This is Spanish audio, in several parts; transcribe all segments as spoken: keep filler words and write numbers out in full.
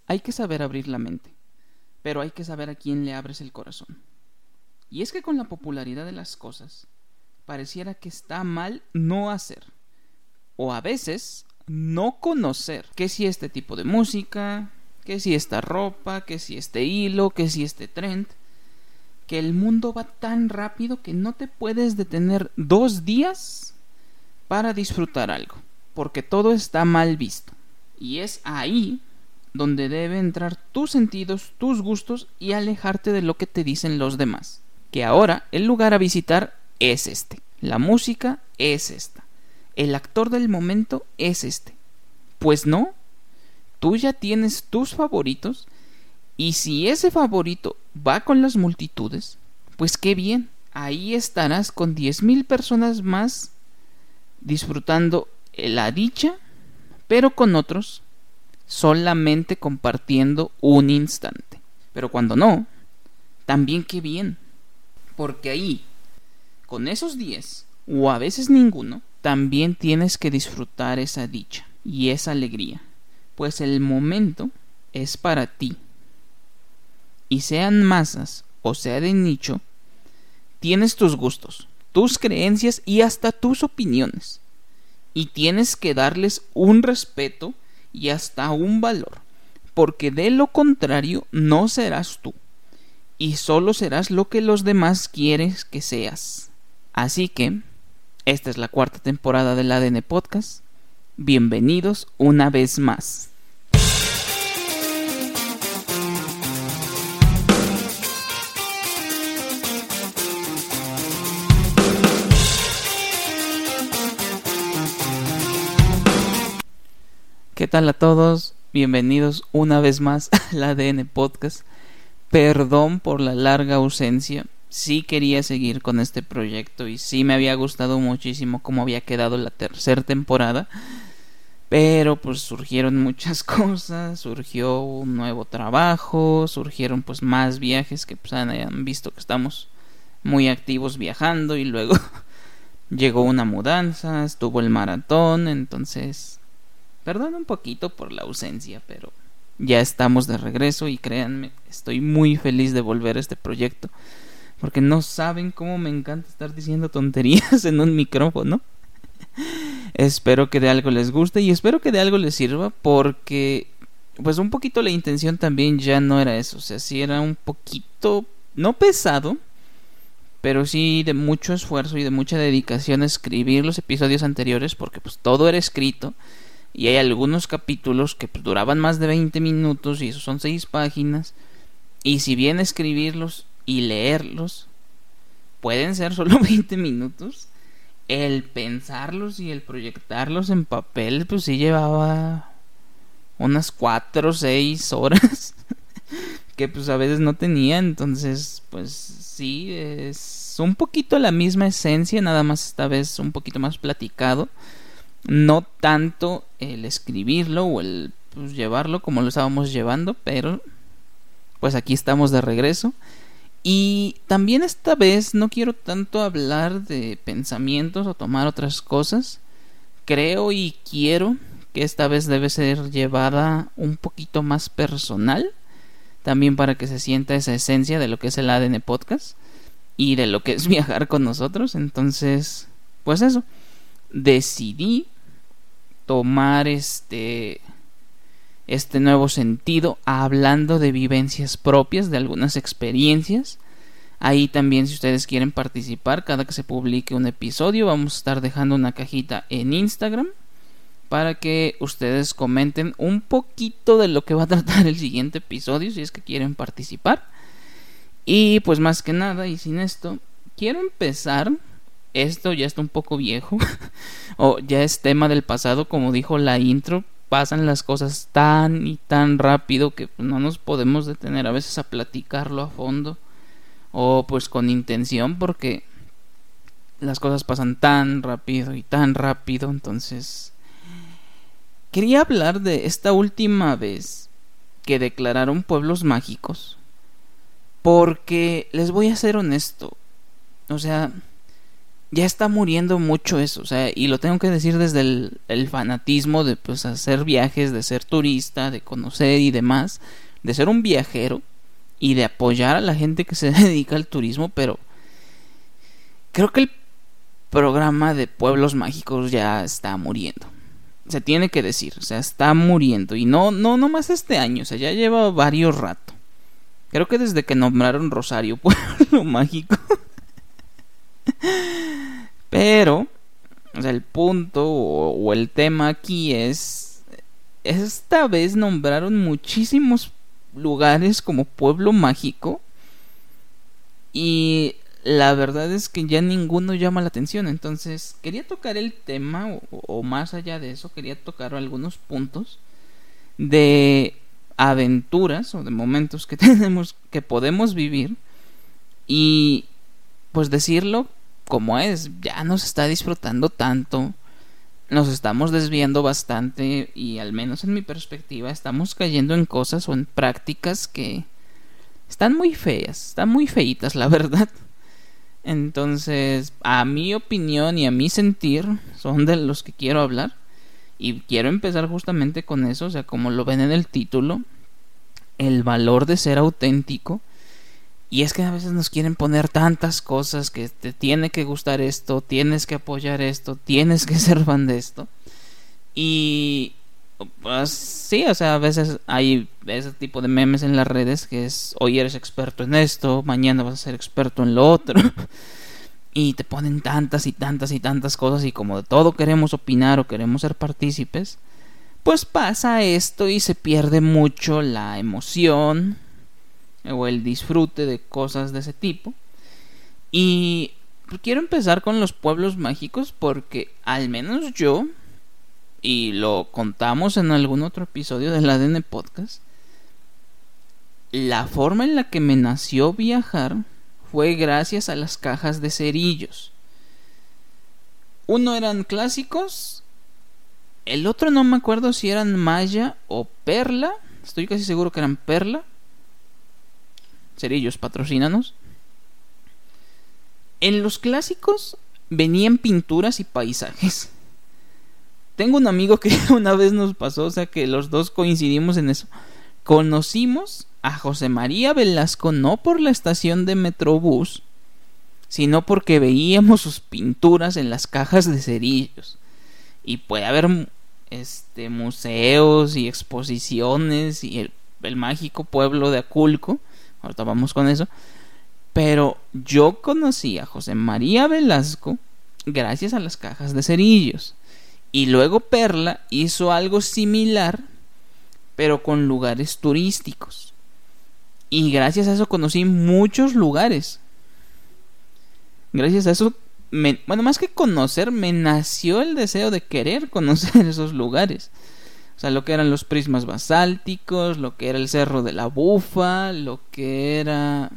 hay que saber abrir la mente, pero hay que saber a quién le abres el corazón. Y es que con la popularidad de las cosas, pareciera que está mal no hacer, o a veces no conocer, que si este tipo de música, que si esta ropa, que si este hilo, que si este trend, que el mundo va tan rápido que no te puedes detener dos días para disfrutar algo, porque todo está mal visto. Y es ahí donde debe entrar tus sentidos, tus gustos y alejarte de lo que te dicen los demás. Que ahora el lugar a visitar es este, la música es esta, el actor del momento es este. Pues no, tú ya tienes tus favoritos, y si ese favorito va con las multitudes, pues qué bien, ahí estarás con diez mil personas más disfrutando la dicha, pero con otros solamente compartiendo un instante. Pero cuando no, también qué bien, porque ahí, con esos diez, o a veces ninguno, también tienes que disfrutar esa dicha y esa alegría, pues el momento es para ti. Y sean masas o sea de nicho, tienes tus gustos, tus creencias y hasta tus opiniones, y tienes que darles un respeto y hasta un valor, porque de lo contrario no serás tú, y solo serás lo que los demás quieren que seas. Así que esta es la cuarta temporada del A D N Podcast. Bienvenidos una vez más. ¿Qué tal a todos? Bienvenidos una vez más al A D N Podcast. Perdón por la larga ausencia. Sí quería seguir con este proyecto y sí me había gustado muchísimo cómo había quedado la tercera temporada. Pero pues surgieron muchas cosas, surgió un nuevo trabajo, surgieron pues más viajes que pues han visto que estamos muy activos viajando, y luego llegó una mudanza, estuvo el maratón, entonces perdón un poquito por la ausencia, pero ya estamos de regreso y créanme, estoy muy feliz de volver a este proyecto, porque no saben cómo me encanta estar diciendo tonterías en un micrófono. Espero que de algo les guste y espero que de algo les sirva, porque pues un poquito la intención también ya no era eso, o sea, sí era un poquito, no pesado, pero sí de mucho esfuerzo y de mucha dedicación a escribir los episodios anteriores, porque pues todo era escrito. Y hay algunos capítulos que pues, duraban más de veinte minutos, y esos son seis páginas. Y si bien escribirlos y leerlos pueden ser solo veinte minutos, el pensarlos y el proyectarlos en papel pues sí llevaba unas cuatro o seis horas que pues a veces no tenía. Entonces pues sí, es un poquito la misma esencia, nada más esta vez un poquito más platicado. No tanto el escribirlo o el pues, llevarlo como lo estábamos llevando, pero pues aquí estamos de regreso. Y también esta vez no quiero tanto hablar de pensamientos o tomar otras cosas. Creo y quiero que esta vez debe ser llevada un poquito más personal, también para que se sienta esa esencia de lo que es el A D N Podcast y de lo que es viajar con nosotros. Entonces, pues eso, decidí tomar este este nuevo sentido hablando de vivencias propias, de algunas experiencias. Ahí también, si ustedes quieren participar, cada que se publique un episodio vamos a estar dejando una cajita en Instagram para que ustedes comenten un poquito de lo que va a tratar el siguiente episodio, si es que quieren participar. Y pues más que nada, y sin esto, quiero empezar. Esto ya está un poco viejo o ya es tema del pasado, como dijo la intro. Pasan las cosas tan y tan rápido que no nos podemos detener a veces a platicarlo a fondo, o pues con intención, porque las cosas pasan tan rápido y tan rápido. Entonces quería hablar de esta última vez que declararon pueblos mágicos, porque les voy a ser honesto, o sea, ya está muriendo mucho eso, o sea, y lo tengo que decir desde el, el fanatismo de pues hacer viajes, de ser turista, de conocer y demás, de ser un viajero y de apoyar a la gente que se dedica al turismo, pero creo que el programa de pueblos mágicos ya está muriendo. Se tiene que decir, o sea, está muriendo y no no no más este año, o sea, ya lleva varios rato. Creo que desde que nombraron Rosario Pueblo Mágico. Pero, o sea, el punto o, o el tema aquí es, esta vez nombraron muchísimos lugares como pueblo mágico y la verdad es que ya ninguno llama la atención. Entonces quería tocar el tema o, o más allá de eso, quería tocar algunos puntos de aventuras o de momentos que tenemos, que podemos vivir y pues decirlo como es, ya nos está disfrutando tanto, nos estamos desviando bastante y al menos en mi perspectiva estamos cayendo en cosas o en prácticas que están muy feas, están muy feitas la verdad. Entonces, a mi opinión y a mi sentir son de los que quiero hablar y quiero empezar justamente con eso, o sea, como lo ven en el título, el valor de ser auténtico. Y es que a veces nos quieren poner tantas cosas que te tiene que gustar esto, tienes que apoyar esto, tienes que ser fan de esto. Y pues sí, o sea, a veces hay ese tipo de memes en las redes que es hoy eres experto en esto, mañana vas a ser experto en lo otro. Y te ponen tantas y tantas y tantas cosas y como de todo queremos opinar o queremos ser partícipes, pues pasa esto y se pierde mucho la emoción o el disfrute de cosas de ese tipo. Y quiero empezar con los pueblos mágicos porque al menos yo, y lo contamos en algún otro episodio del A D N Podcast, la forma en la que me nació viajar fue gracias a las cajas de cerillos. Uno eran clásicos, el otro no me acuerdo si eran Maya o Perla, estoy casi seguro que eran Perla. Cerillos, patrocínanos. En los clásicos venían pinturas y paisajes. Tengo un amigo que una vez nos pasó, o sea que los dos coincidimos en eso. Conocimos a José María Velasco no por la estación de Metrobús, sino porque veíamos sus pinturas en las cajas de cerillos. Y puede haber este museos y exposiciones y el, el mágico pueblo de Aculco. Ahorita vamos con eso. Pero yo conocí a José María Velasco gracias a las cajas de cerillos. Y luego Perla hizo algo similar, pero con lugares turísticos. Y gracias a eso conocí muchos lugares. Gracias a eso, me, bueno, más que conocer, me nació el deseo de querer conocer esos lugares. O sea, lo que eran los prismas basálticos, lo que era el Cerro de la Bufa, lo que era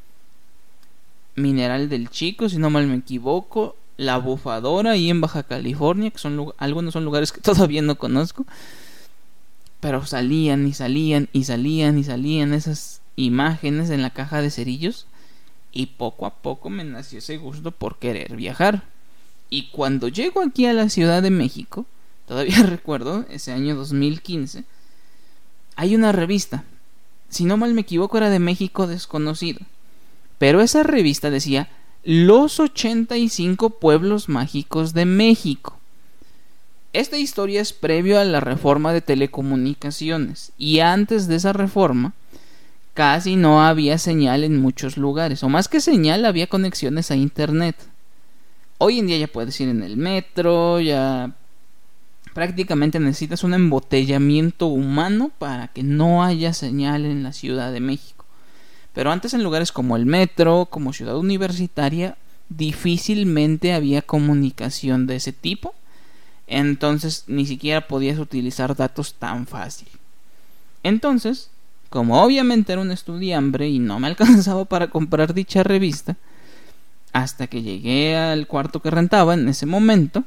Mineral del Chico, si no mal me equivoco, La Bufadora ahí en Baja California, que son algunos son lugares que todavía no conozco. Pero salían y salían y salían y salían esas imágenes en la caja de cerillos. Y poco a poco me nació ese gusto por querer viajar. Y cuando llego aquí a la Ciudad de México, todavía recuerdo, ese año dos mil quince, hay una revista, si no mal me equivoco era de México Desconocido, pero esa revista decía los ochenta y cinco pueblos mágicos de México. Esta historia es previo a la reforma de telecomunicaciones y antes de esa reforma casi no había señal en muchos lugares, o más que señal había conexiones a internet. Hoy en día ya puedes ir en el metro, ya prácticamente necesitas un embotellamiento humano para que no haya señal en la Ciudad de México. Pero antes en lugares como el metro, como Ciudad Universitaria, difícilmente había comunicación de ese tipo. Entonces ni siquiera podías utilizar datos tan fácil. Entonces, como obviamente era un estudiambre y no me alcanzaba para comprar dicha revista, hasta que llegué al cuarto que rentaba en ese momento,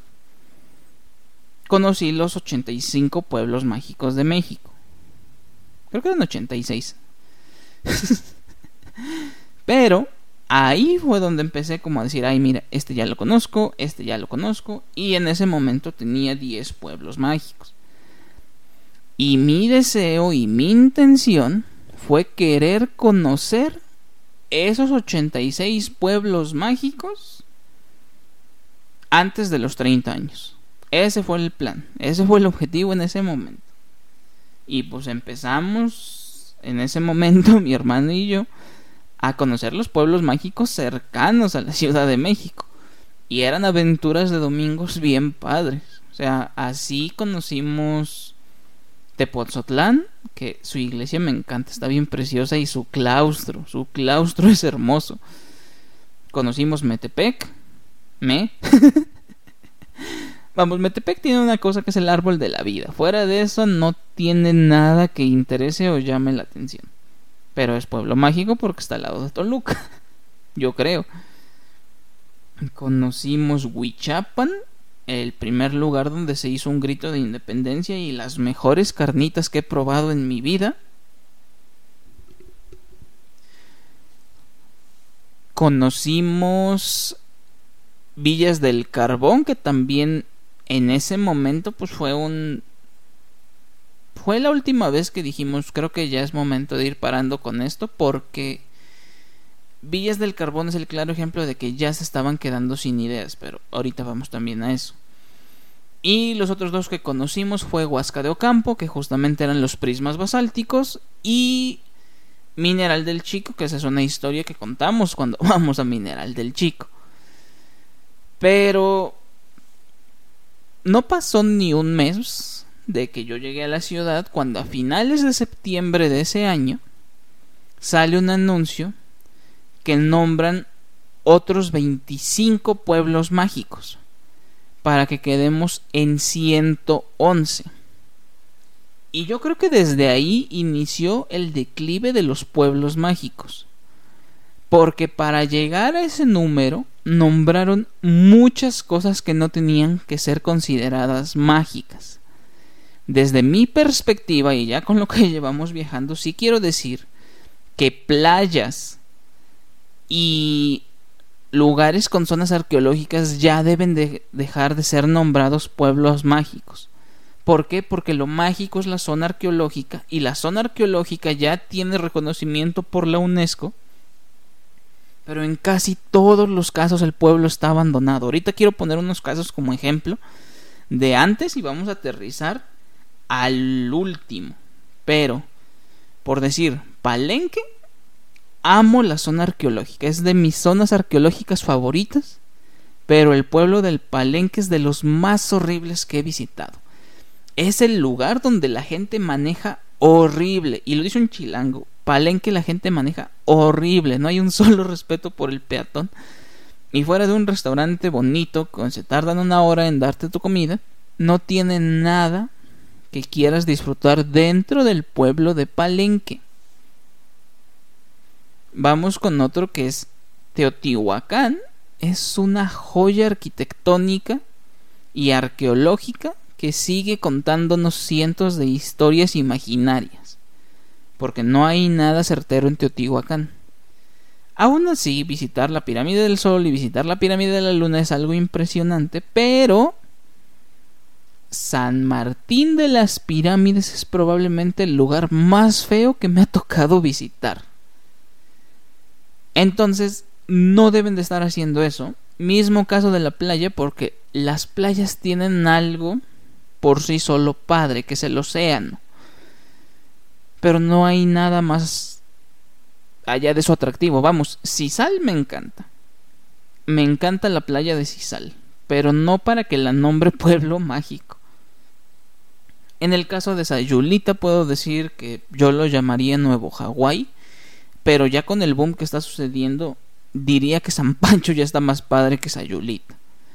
conocí los ochenta y cinco pueblos mágicos de México. Creo que eran ochenta y seis. Pero ahí fue donde empecé como a decir, ay mira, este ya lo conozco, este ya lo conozco, y en ese momento tenía diez pueblos mágicos. Y mi deseo y mi intención fue querer conocer esos ochenta y seis pueblos mágicos antes de los treinta años. Ese fue el plan, ese fue el objetivo en ese momento. Y pues empezamos en ese momento, mi hermano y yo, a conocer los pueblos mágicos cercanos a la Ciudad de México. Y eran aventuras de domingos bien padres. O sea, así conocimos Tepoztlán, que su iglesia me encanta, está bien preciosa, y su claustro, su claustro es hermoso. Conocimos Metepec, Me. Vamos, Metepec tiene una cosa que es el árbol de la vida. Fuera de eso no tiene nada que interese o llame la atención. Pero es pueblo mágico porque está al lado de Toluca, yo creo. Conocimos Huichapan, el primer lugar donde se hizo un grito de independencia y las mejores carnitas que he probado en mi vida. Conocimos Villas del Carbón, que también en ese momento pues fue un... Fue la última vez que dijimos, creo que ya es momento de ir parando con esto, porque Villas del Carbón es el claro ejemplo de que ya se estaban quedando sin ideas, pero ahorita vamos también a eso. Y los otros dos que conocimos fue Huasca de Ocampo, que justamente eran los prismas basálticos, y Mineral del Chico, que esa es una historia que contamos cuando vamos a Mineral del Chico. Pero no pasó ni un mes de que yo llegué a la ciudad cuando a finales de septiembre de ese año sale un anuncio que nombran otros veinticinco pueblos mágicos para que quedemos en ciento once. Y yo creo que desde ahí inició el declive de los pueblos mágicos, porque para llegar a ese número nombraron muchas cosas que no tenían que ser consideradas mágicas. Desde mi perspectiva, y ya con lo que llevamos viajando, sí quiero decir que playas y lugares con zonas arqueológicas ya deben de dejar de ser nombrados pueblos mágicos. ¿Por qué? Porque lo mágico es la zona arqueológica, y la zona arqueológica ya tiene reconocimiento por la UNESCO, pero en casi todos los casos el pueblo está abandonado. Ahorita quiero poner unos casos como ejemplo de antes y vamos a aterrizar al último. Pero, por decir, Palenque, amo la zona arqueológica, es de mis zonas arqueológicas favoritas, pero el pueblo del Palenque es de los más horribles que he visitado. Es el lugar donde la gente maneja horrible, y lo dice un chilango. Palenque la gente maneja horrible, no hay un solo respeto por el peatón, y fuera de un restaurante bonito, con se tardan una hora en darte tu comida, no tiene nada que quieras disfrutar dentro del pueblo de Palenque. Vamos con otro que es Teotihuacán. Es una joya arquitectónica y arqueológica que sigue contándonos cientos de historias imaginarias, porque no hay nada certero en Teotihuacán. Aún así, visitar la pirámide del Sol y visitar la pirámide de la Luna es algo impresionante, pero San Martín de las Pirámides es probablemente el lugar más feo que me ha tocado visitar. Entonces, no deben de estar haciendo eso. Mismo caso de la playa, porque las playas tienen algo por sí solo padre, que es el océano. Pero no hay nada más allá de su atractivo. Vamos, Sisal me encanta. Me encanta la playa de Sisal, pero no para que la nombre pueblo mágico. En el caso de Sayulita puedo decir que yo lo llamaría Nuevo Hawái, pero ya con el boom que está sucediendo, diría que San Pancho ya está más padre que Sayulita.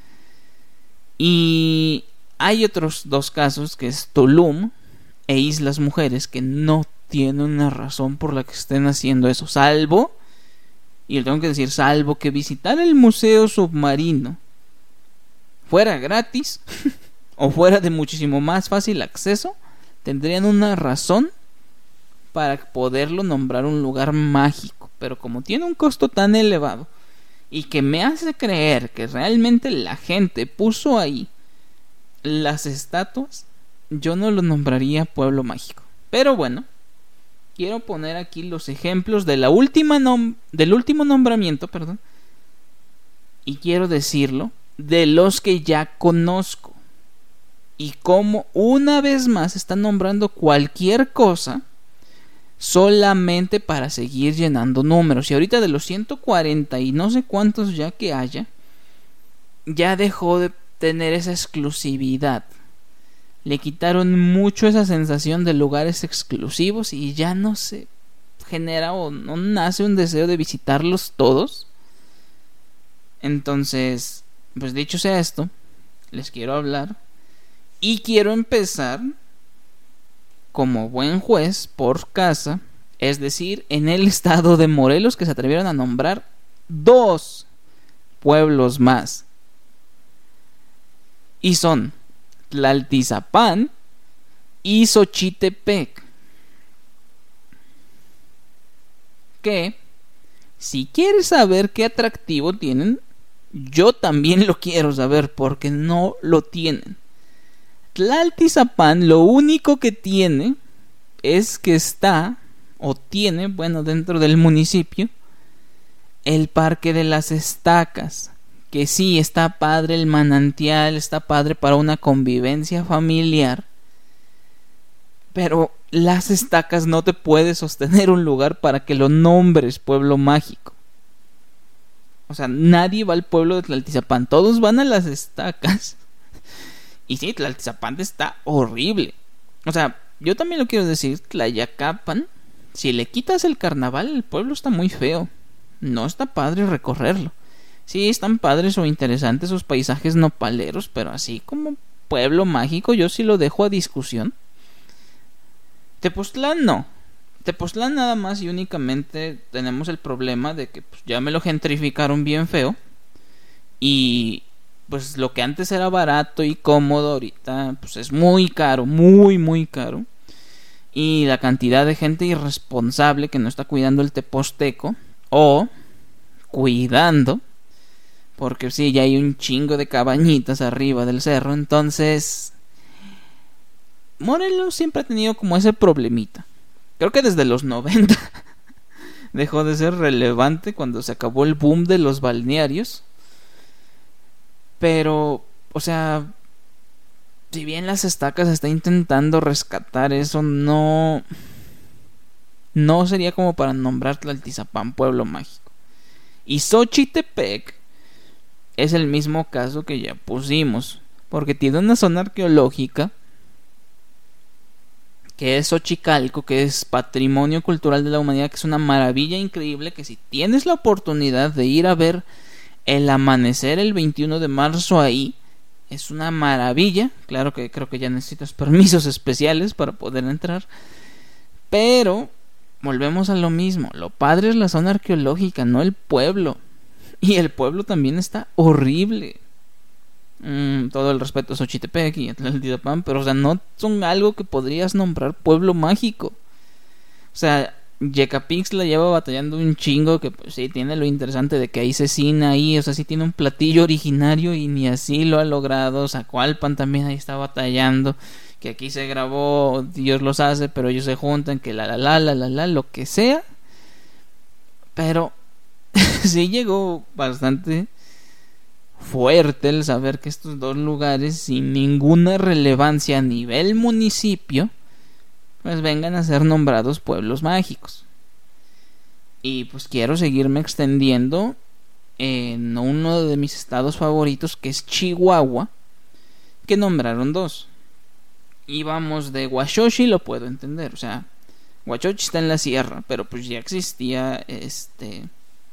Y hay otros dos casos, que es Tulum e Islas Mujeres, que no tienen una razón por la que estén haciendo eso, salvo, y lo tengo que decir, salvo que visitar el museo submarino fuera gratis o fuera de muchísimo más fácil acceso, tendrían una razón para poderlo nombrar un lugar mágico. pero como tiene un costo tan elevado y que me hace creer que realmente la gente puso ahí las estatuas, yo no lo nombraría pueblo mágico. Pero bueno, quiero poner aquí los ejemplos de la última nom- del último nombramiento, perdón, y quiero decirlo, de los que ya conozco, y cómo una vez más están nombrando cualquier cosa solamente para seguir llenando números. Y ahorita de los ciento cuarenta y no sé cuántos ya que haya, ya dejó de tener esa exclusividad. Le quitaron mucho esa sensación de lugares exclusivos y ya no se genera o no nace un deseo de visitarlos todos. Entonces, pues dicho sea esto, les quiero hablar y quiero empezar como buen juez por casa, es decir, en el estado de Morelos, que se atrevieron a nombrar dos pueblos más. Y son Tlaltizapán y Xochitepec. Que, si quieres saber qué atractivo tienen, yo también lo quiero saber porque no lo tienen. Tlaltizapán lo único que tiene es que está, o tiene, bueno, dentro del municipio, el Parque de las Estacas. Que sí, está padre el manantial, está padre para una convivencia familiar. Pero las estacas no te puede sostener un lugar para que lo nombres pueblo mágico. O sea, nadie va al pueblo de Tlaltizapán, todos van a las estacas. Y sí, Tlaltizapán está horrible. O sea, yo también lo quiero decir, Tlayacapan, si le quitas el carnaval, el pueblo está muy feo. No está padre recorrerlo. Sí, están padres o interesantes sus paisajes nopaleros, pero así como pueblo mágico yo sí lo dejo a discusión. Tepoztlán no. Tepoztlán nada más y únicamente tenemos el problema de que pues, ya me lo gentrificaron bien feo. Y pues lo que antes era barato y cómodo ahorita pues es muy caro, muy muy caro. Y la cantidad de gente irresponsable que no está cuidando el Tepozteco o cuidando, porque sí, ya hay un chingo de cabañitas arriba del cerro. Entonces Morelos siempre ha tenido como ese problemita. Creo que desde los noventa dejó de ser relevante cuando se acabó el boom de los balnearios. Pero, o sea, si bien las estacas está intentando rescatar eso, no no sería como para nombrar Tlaltizapán pueblo mágico. Y Xochitepec es el mismo caso que ya pusimos, porque tiene una zona arqueológica que es Xochicalco, que es patrimonio cultural de la humanidad, que es una maravilla increíble, que si tienes la oportunidad de ir a ver el amanecer el veintiuno de marzo ahí, es una maravilla. Claro que creo que ya necesitas permisos especiales para poder entrar, pero volvemos a lo mismo, lo padre es la zona arqueológica, no el pueblo. Y el pueblo también está horrible. Mm, todo el respeto a Xochitepec y a Tlaltizapán, pero o sea, no son algo que podrías nombrar pueblo mágico. O sea, Yecapix la lleva batallando un chingo, que pues sí tiene lo interesante de que hay cecina ahí, o sea, sí tiene un platillo originario y ni así lo ha logrado. Zacualpan también ahí está batallando, que aquí se grabó Dios los hace, pero ellos se juntan, que la la la la la la, lo que sea. Pero sí llegó bastante fuerte el saber que estos dos lugares sin ninguna relevancia a nivel municipio pues vengan a ser nombrados pueblos mágicos. Y pues quiero seguirme extendiendo en uno de mis estados favoritos, que es Chihuahua, que nombraron dos. Y vamos, de Huachochi lo puedo entender, o sea, Huachochi está en la sierra, pero pues ya existía este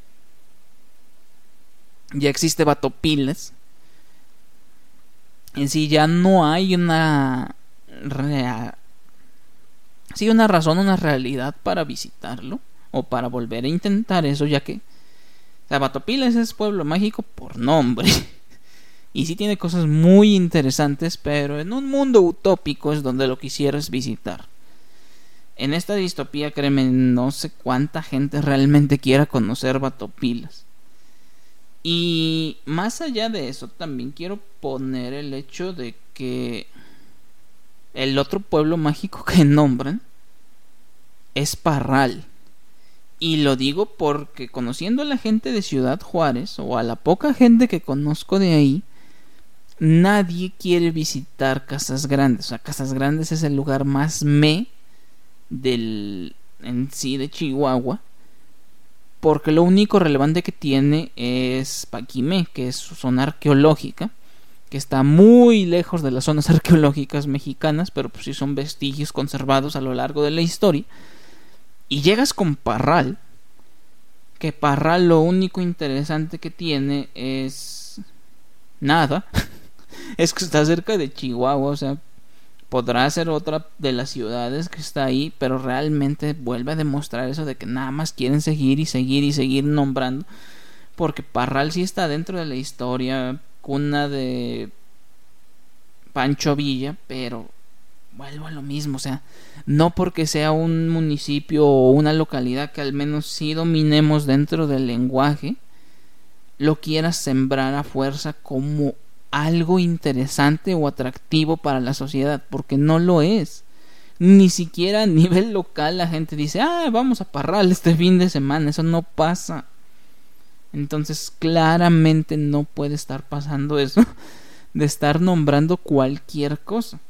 ya existe Batopiles. En sí ya no hay una rea... sí, una razón, una realidad para visitarlo o para volver a intentar eso, ya que o sea, Batopiles es pueblo mágico por nombre y sí tiene cosas muy interesantes, pero en un mundo utópico es donde lo quisieras visitar. en esta distopía, créeme, no sé cuánta gente realmente quiera conocer Batopilas. Y más allá de eso, también quiero poner el hecho de que el otro pueblo mágico que nombran es Parral. Y lo digo porque conociendo a la gente de Ciudad Juárez, o a la poca gente que conozco de ahí, nadie quiere visitar Casas Grandes. O sea, Casas Grandes es el lugar más me del en sí de Chihuahua, porque lo único relevante que tiene es Paquimé, que es su zona arqueológica, que está muy lejos de las zonas arqueológicas mexicanas, pero pues sí son vestigios conservados a lo largo de la historia. Y llegas con Parral, que Parral lo único interesante que tiene es nada. Es que está cerca de Chihuahua, o sea, podrá ser otra de las ciudades que está ahí, pero realmente vuelve a demostrar eso de que nada más quieren seguir y seguir y seguir nombrando, porque Parral sí está dentro de la historia, cuna de Pancho Villa, pero vuelvo a lo mismo, o sea, no porque sea un municipio o una localidad que al menos sí dominemos dentro del lenguaje, lo quieras sembrar a fuerza como algo interesante o atractivo para la sociedad, porque no lo es. Ni siquiera a nivel local la gente dice, ah, vamos a Parral este fin de semana. Eso no pasa. Entonces claramente no puede estar pasando eso de estar nombrando cualquier cosa.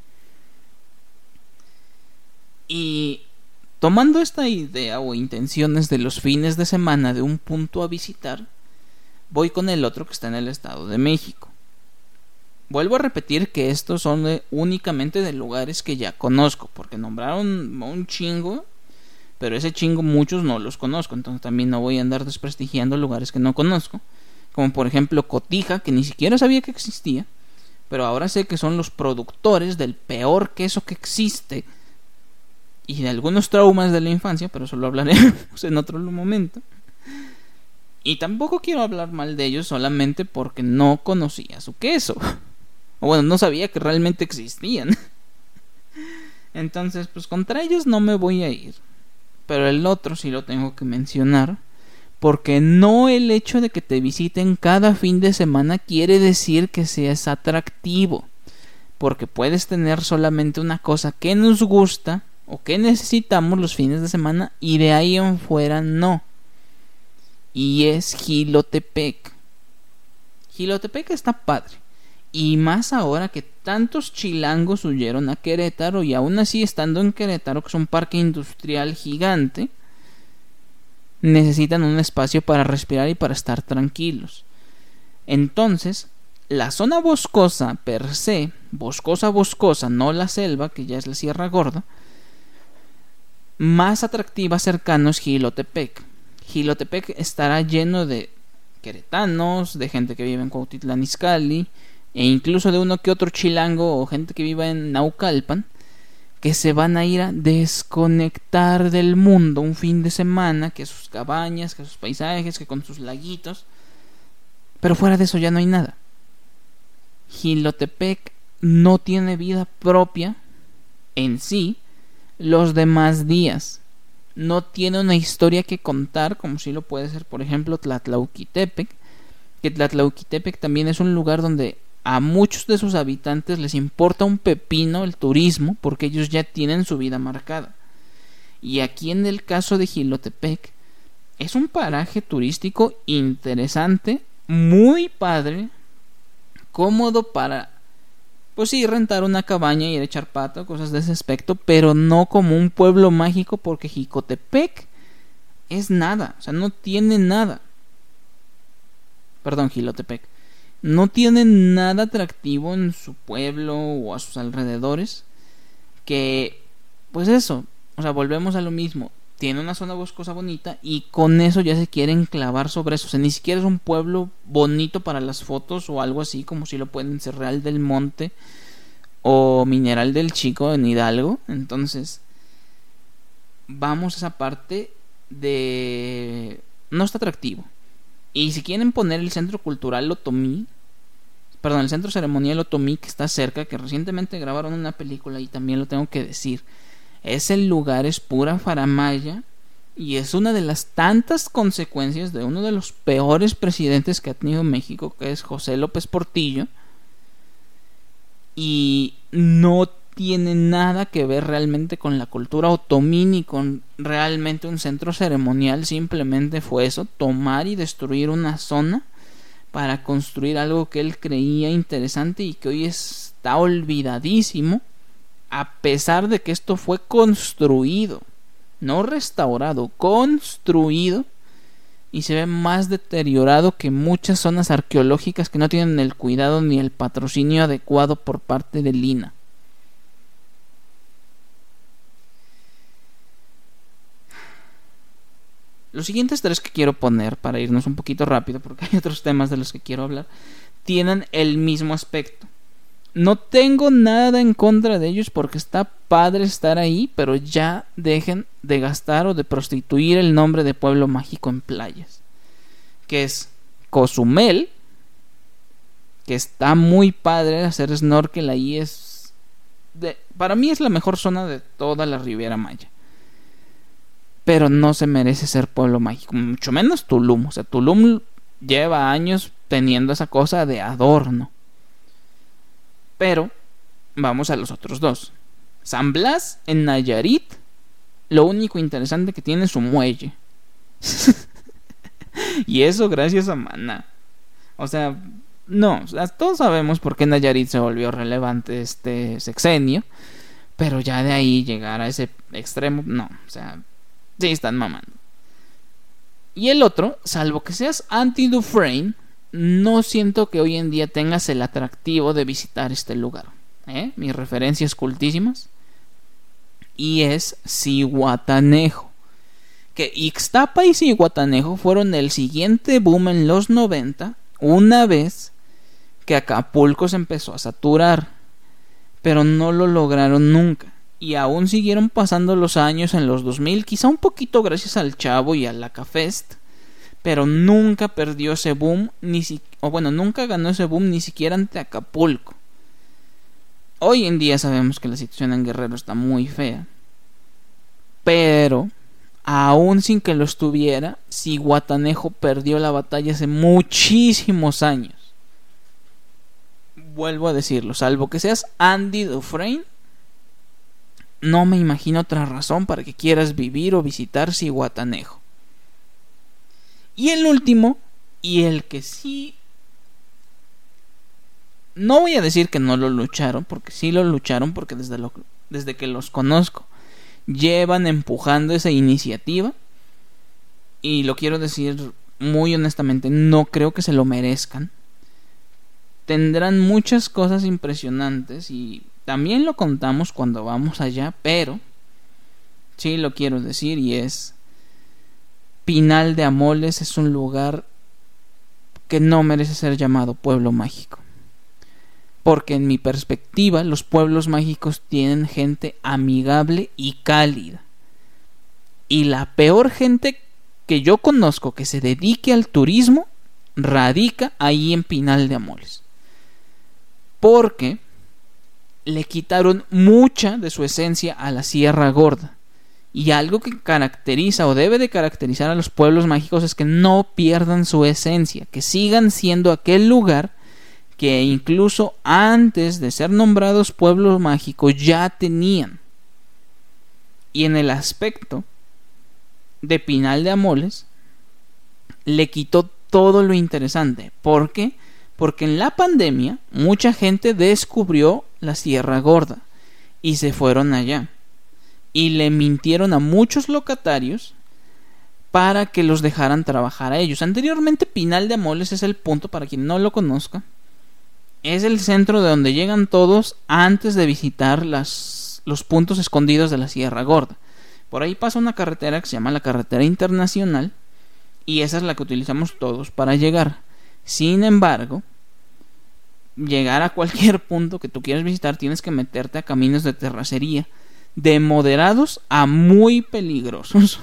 Y tomando esta idea o intenciones de los fines de semana de un punto a visitar, voy con el otro que está en el Estado de México. Vuelvo a repetir que estos son de, únicamente de lugares que ya conozco, porque nombraron un chingo, pero ese chingo muchos no los conozco, entonces también no voy a andar desprestigiando lugares que no conozco, como por ejemplo Cotija, que ni siquiera sabía que existía, pero ahora sé que son los productores del peor queso que existe y de algunos traumas de la infancia, pero eso lo hablaremos en otro momento. Y tampoco quiero hablar mal de ellos solamente porque no conocía su queso. O bueno, no sabía que realmente existían. Entonces, pues contra ellos no me voy a ir. Pero el otro sí lo tengo que mencionar, porque no el hecho de que te visiten cada fin de semana quiere decir que seas atractivo. Porque puedes tener solamente una cosa que nos gusta o que necesitamos los fines de semana y de ahí en fuera no. Y es Jilotepec. Jilotepec está padre. Y más ahora que tantos chilangos huyeron a Querétaro y aún así estando en Querétaro, que es un parque industrial gigante, necesitan un espacio para respirar y para estar tranquilos. Entonces, la zona boscosa per se, boscosa boscosa, no la selva, que ya es la Sierra Gorda, más atractiva cercano es Jilotepec. Jilotepec estará lleno de queretanos, de gente que vive en Cuautitlán Izcalli, e incluso de uno que otro chilango o gente que viva en Naucalpan, que se van a ir a desconectar del mundo un fin de semana, que sus cabañas, que sus paisajes, que con sus laguitos, pero fuera de eso ya no hay nada. Jilotepec no tiene vida propia en sí los demás días. No tiene una historia que contar, como si lo puede ser, por ejemplo, Tlatlauquitepec, que Tlatlauquitepec también es un lugar donde a muchos de sus habitantes les importa un pepino el turismo, porque ellos ya tienen su vida marcada. Y aquí en el caso de Jilotepec es un paraje turístico interesante, muy padre, cómodo para, pues sí, rentar una cabaña y ir a echar pato, cosas de ese aspecto, pero no como un pueblo mágico, porque Jicotepec es nada, o sea, no tiene nada. Perdón, Jilotepec no tiene nada atractivo en su pueblo o a sus alrededores, que, pues eso, o sea, volvemos a lo mismo, tiene una zona boscosa bonita y con eso ya se quieren clavar sobre eso, o sea, ni siquiera es un pueblo bonito para las fotos o algo así, como si lo pueden ser Real del Monte o Mineral del Chico en Hidalgo. Entonces vamos a esa parte de no está atractivo. Y si quieren poner el centro cultural Otomí, perdón, el centro ceremonial Otomí, que está cerca, que recientemente grabaron una película y también lo tengo que decir, Ese lugar es pura faramalla y es una de las tantas consecuencias de uno de los peores presidentes que ha tenido México, que es José López Portillo. Y no tiene nada que ver realmente con la cultura otomí ni con realmente un centro ceremonial. Simplemente fue eso, tomar y destruir una zona para construir algo que él creía interesante y que hoy está olvidadísimo, a pesar de que esto fue construido, no restaurado, construido, y se ve más deteriorado que muchas zonas arqueológicas que no tienen el cuidado ni el patrocinio adecuado por parte del I N A. Los siguientes tres que quiero poner, para irnos un poquito rápido, porque hay otros temas de los que quiero hablar, tienen el mismo aspecto. No tengo nada en contra de ellos porque está padre estar ahí, pero ya dejen de gastar o de prostituir el nombre de pueblo mágico en playas. Que es Cozumel, que está muy padre hacer snorkel ahí. Es de, para mí es la mejor zona de toda la Riviera Maya. Pero no se merece ser pueblo mágico, mucho menos Tulum. O sea, Tulum lleva años teniendo esa cosa de adorno. Pero vamos a los otros dos. San Blas en Nayarit, lo único interesante que tiene es su muelle. Y eso gracias a Maná. O sea, no, o sea, todos sabemos por qué Nayarit se volvió relevante este sexenio, pero ya de ahí llegar a ese extremo, no, o sea, sí están mamando. Y el otro, salvo que seas anti-Dufresne, no siento que hoy en día tengas el atractivo de visitar este lugar. ¿Eh? Mis referencias cultísimas. Y es Zihuatanejo. Que Ixtapa y Zihuatanejo fueron el siguiente boom en los noventa, una vez que Acapulco se empezó a saturar. Pero no lo lograron nunca. Y aún siguieron pasando los años en los dos mil, quizá un poquito gracias al Chavo y al Acafest, pero nunca perdió ese boom, ni si, o bueno, nunca ganó ese boom ni siquiera ante Acapulco. Hoy en día sabemos que la situación en Guerrero está muy fea, pero aún sin que lo estuviera, Zihuatanejo perdió la batalla hace muchísimos años. Vuelvo a decirlo, salvo que seas Andy Dufresne, no me imagino otra razón para que quieras vivir o visitar Zihuatanejo. Y el último, y el que sí, no voy a decir que no lo lucharon, porque sí lo lucharon, porque desde, lo, desde que los conozco llevan empujando esa iniciativa, y lo quiero decir muy honestamente, no creo que se lo merezcan. Tendrán muchas cosas impresionantes y también lo contamos cuando vamos allá, pero sí lo quiero decir, y es Pinal de Amoles es un lugar que no merece ser llamado pueblo mágico, porque en mi perspectiva los pueblos mágicos tienen gente amigable y cálida, y la peor gente que yo conozco que se dedique al turismo radica ahí en Pinal de Amoles, porque le quitaron mucha de su esencia a la Sierra Gorda. Y algo que caracteriza o debe de caracterizar a los pueblos mágicos es que no pierdan su esencia, que sigan siendo aquel lugar que incluso antes de ser nombrados pueblos mágicos ya tenían. Y en el aspecto de Pinal de Amoles le quitó todo lo interesante. ¿Por qué? Porque en la pandemia mucha gente descubrió la Sierra Gorda y se fueron allá. Y le mintieron a muchos locatarios para que los dejaran trabajar a ellos. Anteriormente Pinal de Amoles es el punto, para quien no lo conozca, es el centro de donde llegan todos antes de visitar las, los puntos escondidos de la Sierra Gorda. Por ahí pasa una carretera que se llama la Carretera Internacional y esa es la que utilizamos todos para llegar. Sin embargo, llegar a cualquier punto que tú quieras visitar tienes que meterte a caminos de terracería, de moderados a muy peligrosos.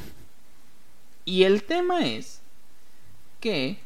Y el tema es que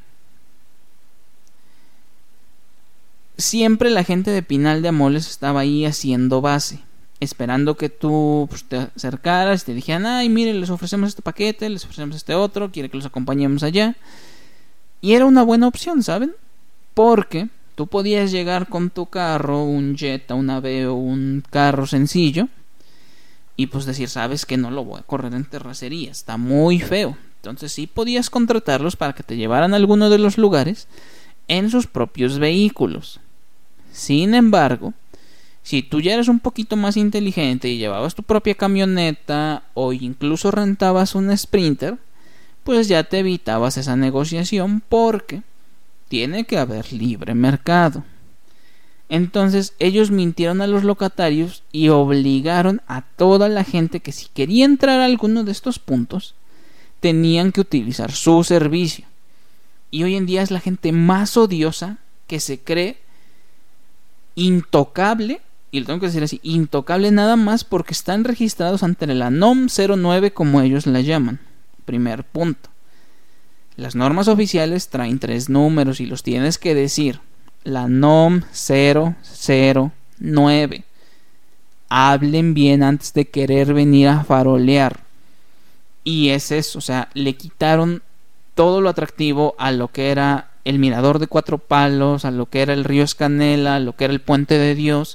siempre la gente de Pinal de Amoles estaba ahí haciendo base. esperando que tú pues, te acercaras y te dijeran, ay, mire, les ofrecemos este paquete, les ofrecemos este otro, quiere que los acompañemos allá. Y era una buena opción, ¿saben? Porque tú podías llegar con tu carro, un Jetta, un Aveo, un carro sencillo, y pues decir, sabes que no lo voy a correr en terracería, está muy feo. Entonces sí podías contratarlos para que te llevaran a alguno de los lugares en sus propios vehículos. Sin embargo, si tú ya eres un poquito más inteligente y llevabas tu propia camioneta o incluso rentabas un Sprinter, pues ya te evitabas esa negociación porque tiene que haber libre mercado. Entonces ellos mintieron a los locatarios y obligaron a toda la gente que si quería entrar a alguno de estos puntos tenían que utilizar su servicio. Y hoy en día es la gente más odiosa que se cree intocable, y lo tengo que decir así, intocable nada más porque están registrados ante la N O M cero nueve como ellos la llaman. Primer punto. Las normas oficiales traen tres números y los tienes que decir. La N O M cero cero nueve. Hablen bien antes de querer venir a farolear. Y es eso, o sea, le quitaron todo lo atractivo a lo que era el Mirador de Cuatro Palos, a lo que era el río Escanela, a lo que era el Puente de Dios.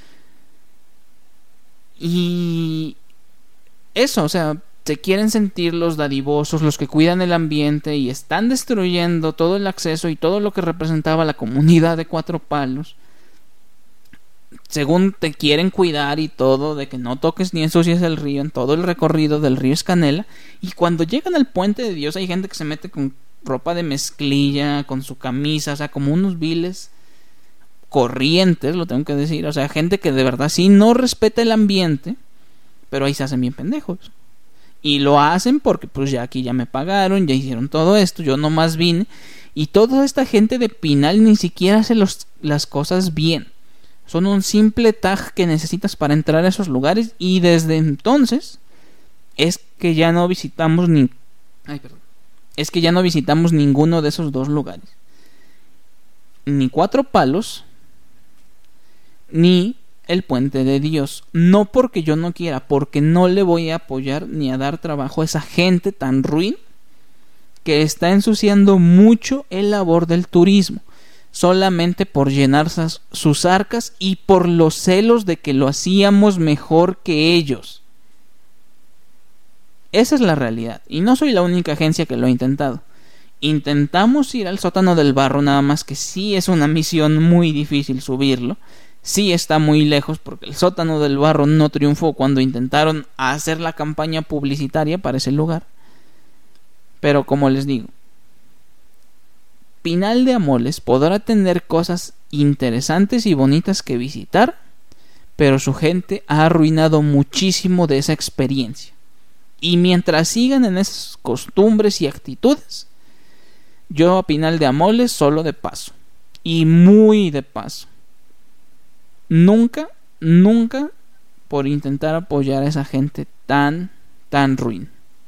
Y eso, o sea, se quieren sentir los dadivosos, los que cuidan el ambiente y están destruyendo todo el acceso y todo lo que representaba la comunidad de Cuatro Palos. Según te quieren cuidar y todo, de que no toques ni ensucies el río en todo el recorrido del río Escanela. Y cuando llegan al Puente de Dios hay gente que se mete con ropa de mezclilla, con su camisa, o sea, como unos viles corrientes, lo tengo que decir. O sea, gente que de verdad sí no respeta el ambiente, pero ahí se hacen bien pendejos. Y lo hacen porque pues ya aquí ya me pagaron, ya hicieron todo esto, yo nomás vine. Y toda esta gente de Pinal ni siquiera hace los, las cosas bien. Son un simple tag que necesitas para entrar a esos lugares. Y desde entonces es que ya no visitamos ni... Ay, perdón. Es que ya no visitamos ninguno de esos dos lugares. Ni Cuatro Palos, ni el Puente de Dios. No porque yo no quiera, porque no le voy a apoyar ni a dar trabajo a esa gente tan ruin que está ensuciando mucho el labor del turismo, solamente por llenar sus arcas y por los celos de que lo hacíamos mejor que ellos. Esa es la realidad, y no soy la única agencia que lo ha intentado. Intentamos ir al sótano del barro, nada más que sí es una misión muy difícil subirlo. Sí está muy lejos porque el sótano del barro no triunfó cuando intentaron hacer la campaña publicitaria para ese lugar. Pero como les digo, Pinal de Amoles podrá tener cosas interesantes y bonitas que visitar, pero su gente ha arruinado muchísimo de esa experiencia. Y mientras sigan en esas costumbres y actitudes, yo a Pinal de Amoles solo de paso. Y muy de paso. Nunca, nunca por intentar apoyar a esa gente tan, tan ruin.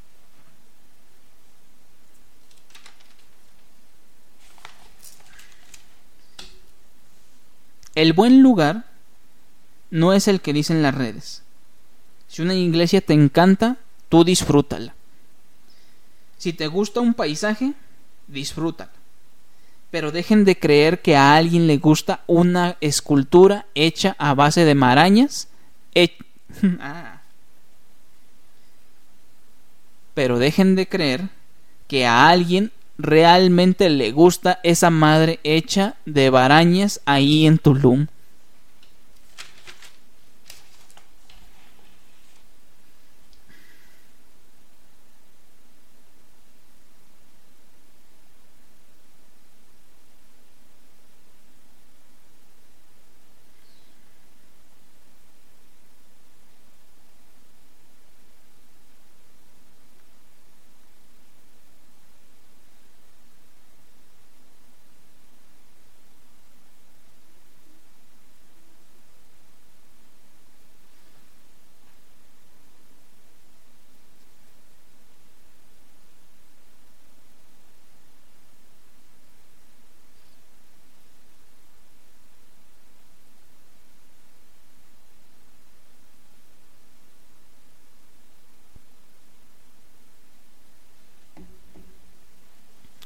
El buen lugar no es el que dicen las redes. Si una iglesia te encanta, tú disfrútala. Si te gusta un paisaje, disfrútalo. Pero dejen de creer que a alguien le gusta una escultura hecha a base de marañas. He... ah. Pero dejen de creer que a alguien realmente le gusta esa madre hecha de barañas ahí en Tulum.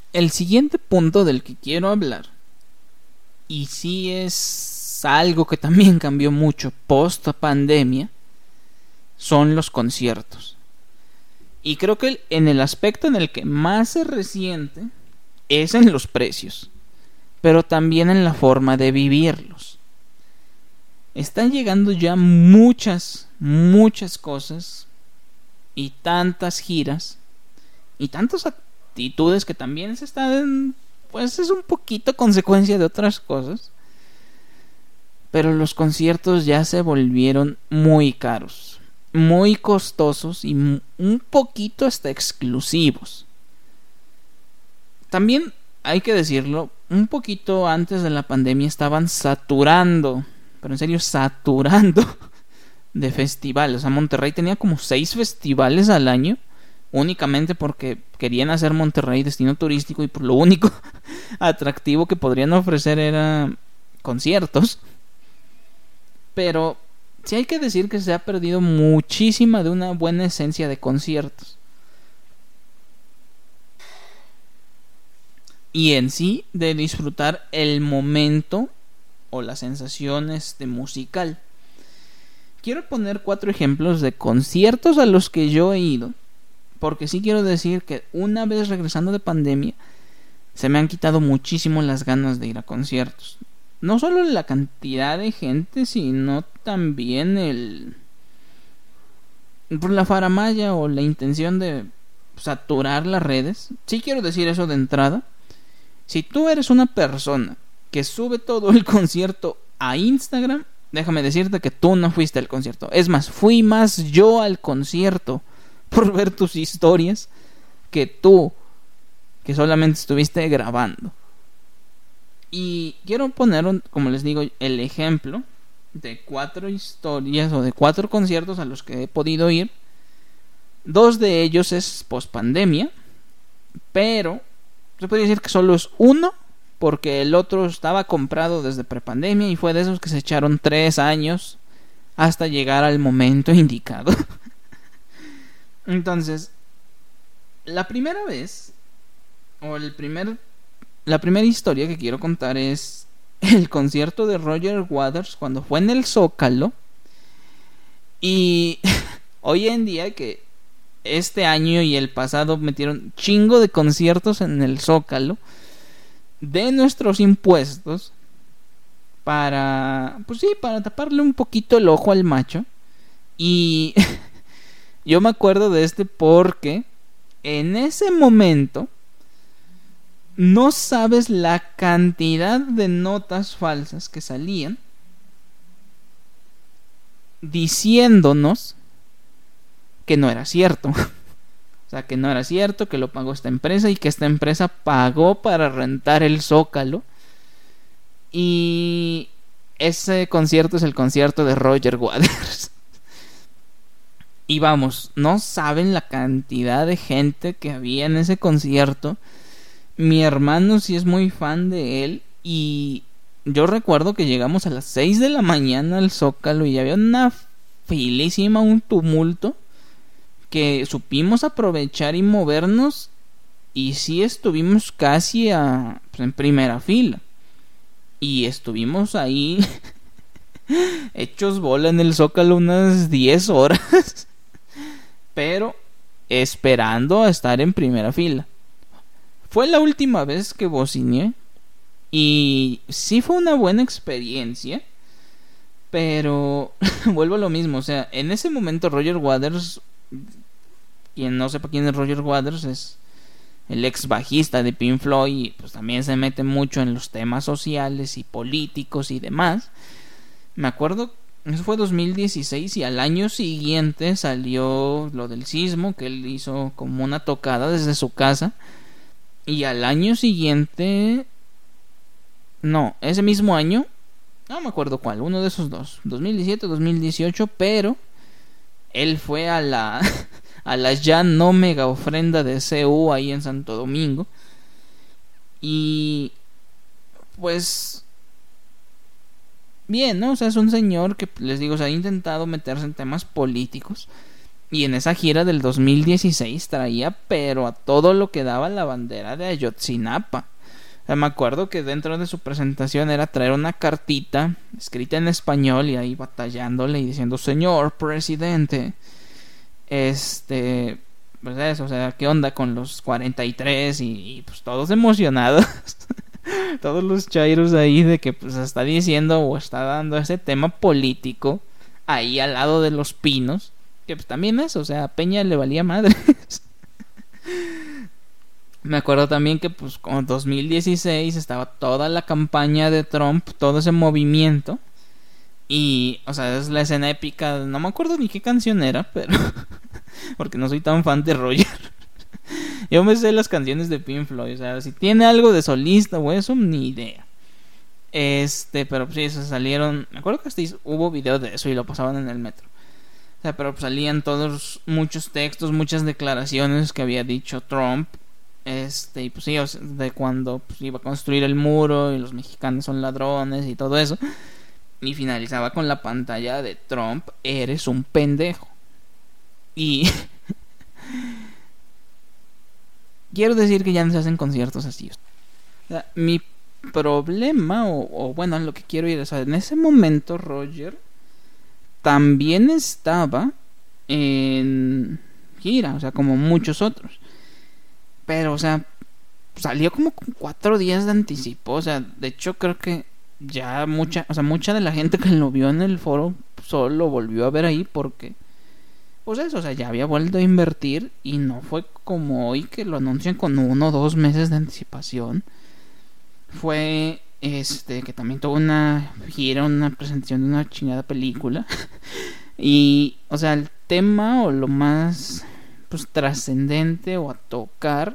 El siguiente punto del que quiero hablar, y sí es algo que también cambió mucho post pandemia, son los conciertos. Y creo que en el aspecto en el que más se resiente es en los precios, pero también en la forma de vivirlos. Están llegando ya muchas, muchas cosas y tantas giras y tantas actitudes que también se están, pues es un poquito consecuencia de otras cosas. Pero los conciertos ya se volvieron muy caros, muy costosos y un poquito hasta exclusivos. También hay que decirlo, un poquito antes de la pandemia estaban saturando, pero en serio saturando de festivales. O sea, Monterrey tenía como seis festivales al año, únicamente porque querían hacer Monterrey destino turístico y por lo único atractivo que podrían ofrecer era conciertos. Pero sí hay que decir que se ha perdido muchísima de una buena esencia de conciertos. Y en sí de disfrutar el momento o las sensaciones de musical. Quiero poner cuatro ejemplos de conciertos a los que yo he ido, porque sí quiero decir que una vez regresando de pandemia se me han quitado muchísimo las ganas de ir a conciertos. No solo la cantidad de gente, sino también el por la faramalla o la intención de saturar las redes. Sí quiero decir eso de entrada. Si tú eres una persona que sube todo el concierto a Instagram, déjame decirte que tú no fuiste al concierto. Es más, fui más yo al concierto por ver tus historias que tú, que solamente estuviste grabando. Y quiero poner, un, como les digo, el ejemplo de cuatro historias o de cuatro conciertos a los que he podido ir. Dos de ellos es post pandemia, pero se puede decir que solo es uno, porque el otro estaba comprado desde prepandemia y fue de esos que se echaron tres años hasta llegar al momento indicado. Entonces, la primera vez, o el primer, la primera historia que quiero contar es el concierto de Roger Waters cuando fue en el Zócalo. Y hoy en día que este año y el pasado metieron chingo de conciertos en el Zócalo de nuestros impuestos para, pues sí, para taparle un poquito el ojo al macho. Y yo me acuerdo de este porque en ese momento no sabes la cantidad de notas falsas que salían diciéndonos que no era cierto. O sea, que no era cierto, que lo pagó esta empresa y que esta empresa pagó para rentar el Zócalo. Y ese concierto es el concierto de Roger Waters. Y vamos, no saben la cantidad de gente que había en ese concierto. Mi hermano sí es muy fan de él. Y yo recuerdo que llegamos a las seis de la mañana al Zócalo y había una filísima, un tumulto, que supimos aprovechar y movernos. Y sí estuvimos casi a, pues, en primera fila. Y estuvimos ahí hechos bola en el Zócalo unas diez horas. Pero esperando a estar en primera fila. Fue la última vez que bociné. Y sí fue una buena experiencia. Pero vuelvo a lo mismo. O sea, en ese momento Roger Waters, quien no sepa quién es Roger Waters, es el ex bajista de Pink Floyd. Y pues también se mete mucho en los temas sociales y políticos y demás. Me acuerdo, eso fue dos mil dieciséis y al año siguiente salió lo del sismo, que él hizo como una tocada desde su casa. Y al año siguiente, no, ese mismo año, no me acuerdo cuál, uno de esos dos, dos mil diecisiete o dos mil dieciocho, pero él fue a la a la ya no mega ofrenda de C U ahí en Santo Domingo. Y pues bien, ¿no? O sea, es un señor que, les digo, se ha intentado meterse en temas políticos, Y en esa gira del dos mil dieciséis traía, pero a todo lo que daba, la bandera de Ayotzinapa. O sea, me acuerdo que dentro de su presentación era traer una cartita escrita en español y ahí batallándole y diciendo: señor presidente, este, pues eso, o sea, ¿qué onda con los cuarenta y tres? Y, y pues todos emocionados. Todos los chairos ahí de que pues está diciendo o está dando ese tema político ahí al lado de los pinos. Que pues también eso, o sea, a Peña le valía madres. Me acuerdo también que pues con dos mil dieciséis estaba toda la campaña de Trump, todo ese movimiento. Y, o sea, es la escena épica, no me acuerdo ni qué canción era, pero... porque no soy tan fan de Roger. Yo me sé las canciones de Pink Floyd, o sea, si tiene algo de solista o eso, ni idea. Este, pero pues sí, se salieron... Me acuerdo que hasta hubo video de eso y lo pasaban en el metro. O sea, pero pues salían todos, muchos textos, muchas declaraciones que había dicho Trump. Este, y pues sí, o sea, de cuando pues, iba a construir el muro y los mexicanos son ladrones y todo eso. Y finalizaba con la pantalla de Trump: eres un pendejo. Y... quiero decir que ya no se hacen conciertos así. O sea, mi problema, o, o bueno, lo que quiero ir, o sea, en ese momento Roger también estaba en gira, o sea, como muchos otros. Pero, o sea, salió como con cuatro días de anticipo. O sea, de hecho creo que ya mucha, o sea, mucha de la gente que lo vio en el foro solo lo volvió a ver ahí porque... pues eso, o sea, ya había vuelto a invertir y no fue como hoy que lo anuncian con uno o dos meses de anticipación. Fue este que también tuvo una gira, una presentación de una chingada película. Y, o sea, el tema o lo más pues trascendente o a tocar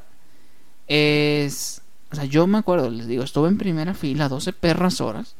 es, o sea, yo me acuerdo, les digo, estuve en primera fila doce perras horas.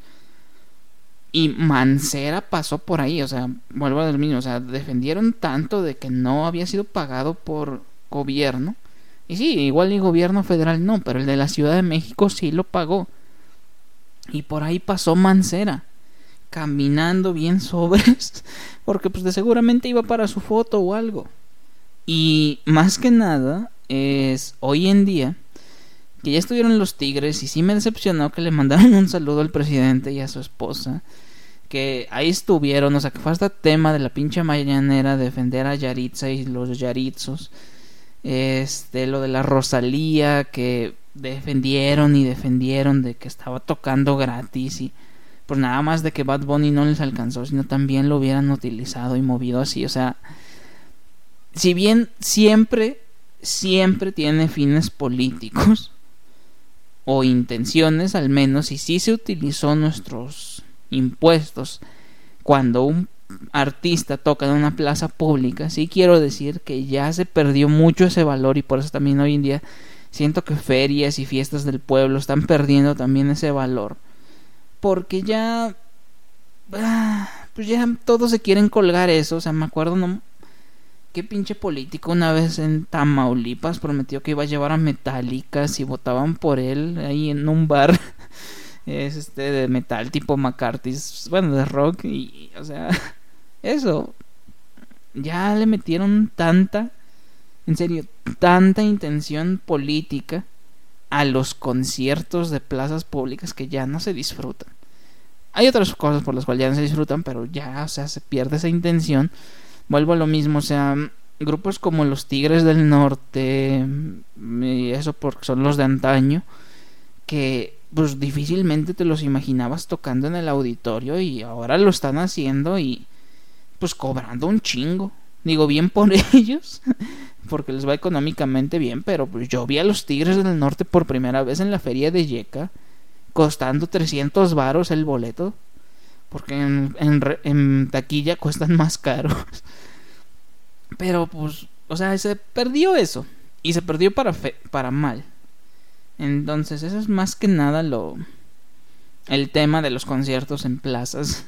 Y Mancera pasó por ahí, o sea, vuelvo a lo mismo, o sea, defendieron tanto de que no había sido pagado por gobierno. Y sí, igual el gobierno federal no, pero el de la Ciudad de México sí lo pagó. Y por ahí pasó Mancera, caminando bien sobres, porque pues de seguramente iba para su foto o algo. Y más que nada, es hoy en día... que ya estuvieron los Tigres y sí me decepcionó que le mandaron un saludo al presidente y a su esposa. Que ahí estuvieron, o sea, que fue hasta tema de la pinche mañanera defender a Yaritza y los Yaritzos. Este, lo de la Rosalía, que defendieron y defendieron de que estaba tocando gratis y pues nada más de que Bad Bunny no les alcanzó, sino también lo hubieran utilizado y movido así. O sea, si bien siempre, siempre tiene fines políticos o intenciones al menos, y sí se utilizó nuestros impuestos cuando un artista toca en una plaza pública, sí quiero decir que ya se perdió mucho ese valor y por eso también hoy en día siento que ferias y fiestas del pueblo están perdiendo también ese valor, porque ya pues ya todos se quieren colgar eso. O sea, me acuerdo no qué pinche político una vez en Tamaulipas prometió que iba a llevar a Metallica si votaban por él ahí en un bar es este de metal tipo McCarthy, bueno, de rock. Y o sea, eso ya le metieron tanta, en serio, tanta intención política a los conciertos de plazas públicas que ya no se disfrutan. Hay otras cosas por las cuales ya no se disfrutan, pero ya, o sea, se pierde esa intención. Vuelvo a lo mismo, o sea, grupos como los Tigres del Norte, y eso porque son los de antaño, que pues difícilmente te los imaginabas tocando en el auditorio y ahora lo están haciendo y pues cobrando un chingo. Digo, bien por ellos, porque les va económicamente bien, pero pues yo vi a los Tigres del Norte por primera vez en la feria de Yeca, costando trescientos varos el boleto, porque en, en, en taquilla cuestan más caros. Pero pues, o sea, se perdió eso, y se perdió para, fe, para mal. Entonces eso es más que nada lo el tema de los conciertos en plazas.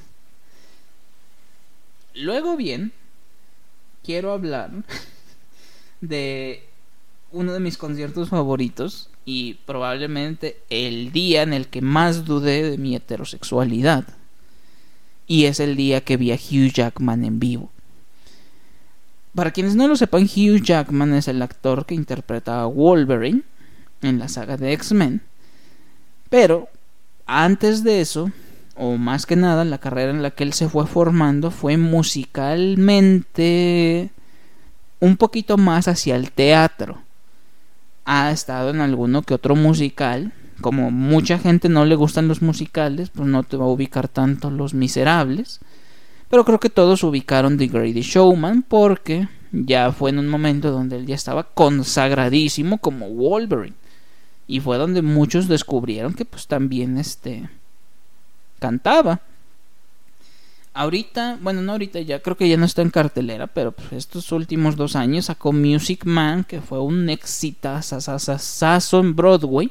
Luego bien, quiero hablar de uno de mis conciertos favoritos y probablemente el día en el que más dudé de mi heterosexualidad, y es el día que vi a Hugh Jackman en vivo. Para quienes no lo sepan, Hugh Jackman es el actor que interpreta a Wolverine en la saga de X-Men. Pero antes de eso, o más que nada, la carrera en la que él se fue formando fue musicalmente un poquito más hacia el teatro. Ha estado en alguno que otro musical. Como mucha gente no le gustan los musicales, pues no te va a ubicar tanto Los Miserables. Pero creo que todos ubicaron The Greatest Showman, porque ya fue en un momento donde él ya estaba consagradísimo como Wolverine. Y fue donde muchos descubrieron que pues también este cantaba. Ahorita, bueno, no ahorita, ya creo que ya no está en cartelera, pero pues estos últimos dos años sacó Music Man, que fue un exitazazazazo en Broadway.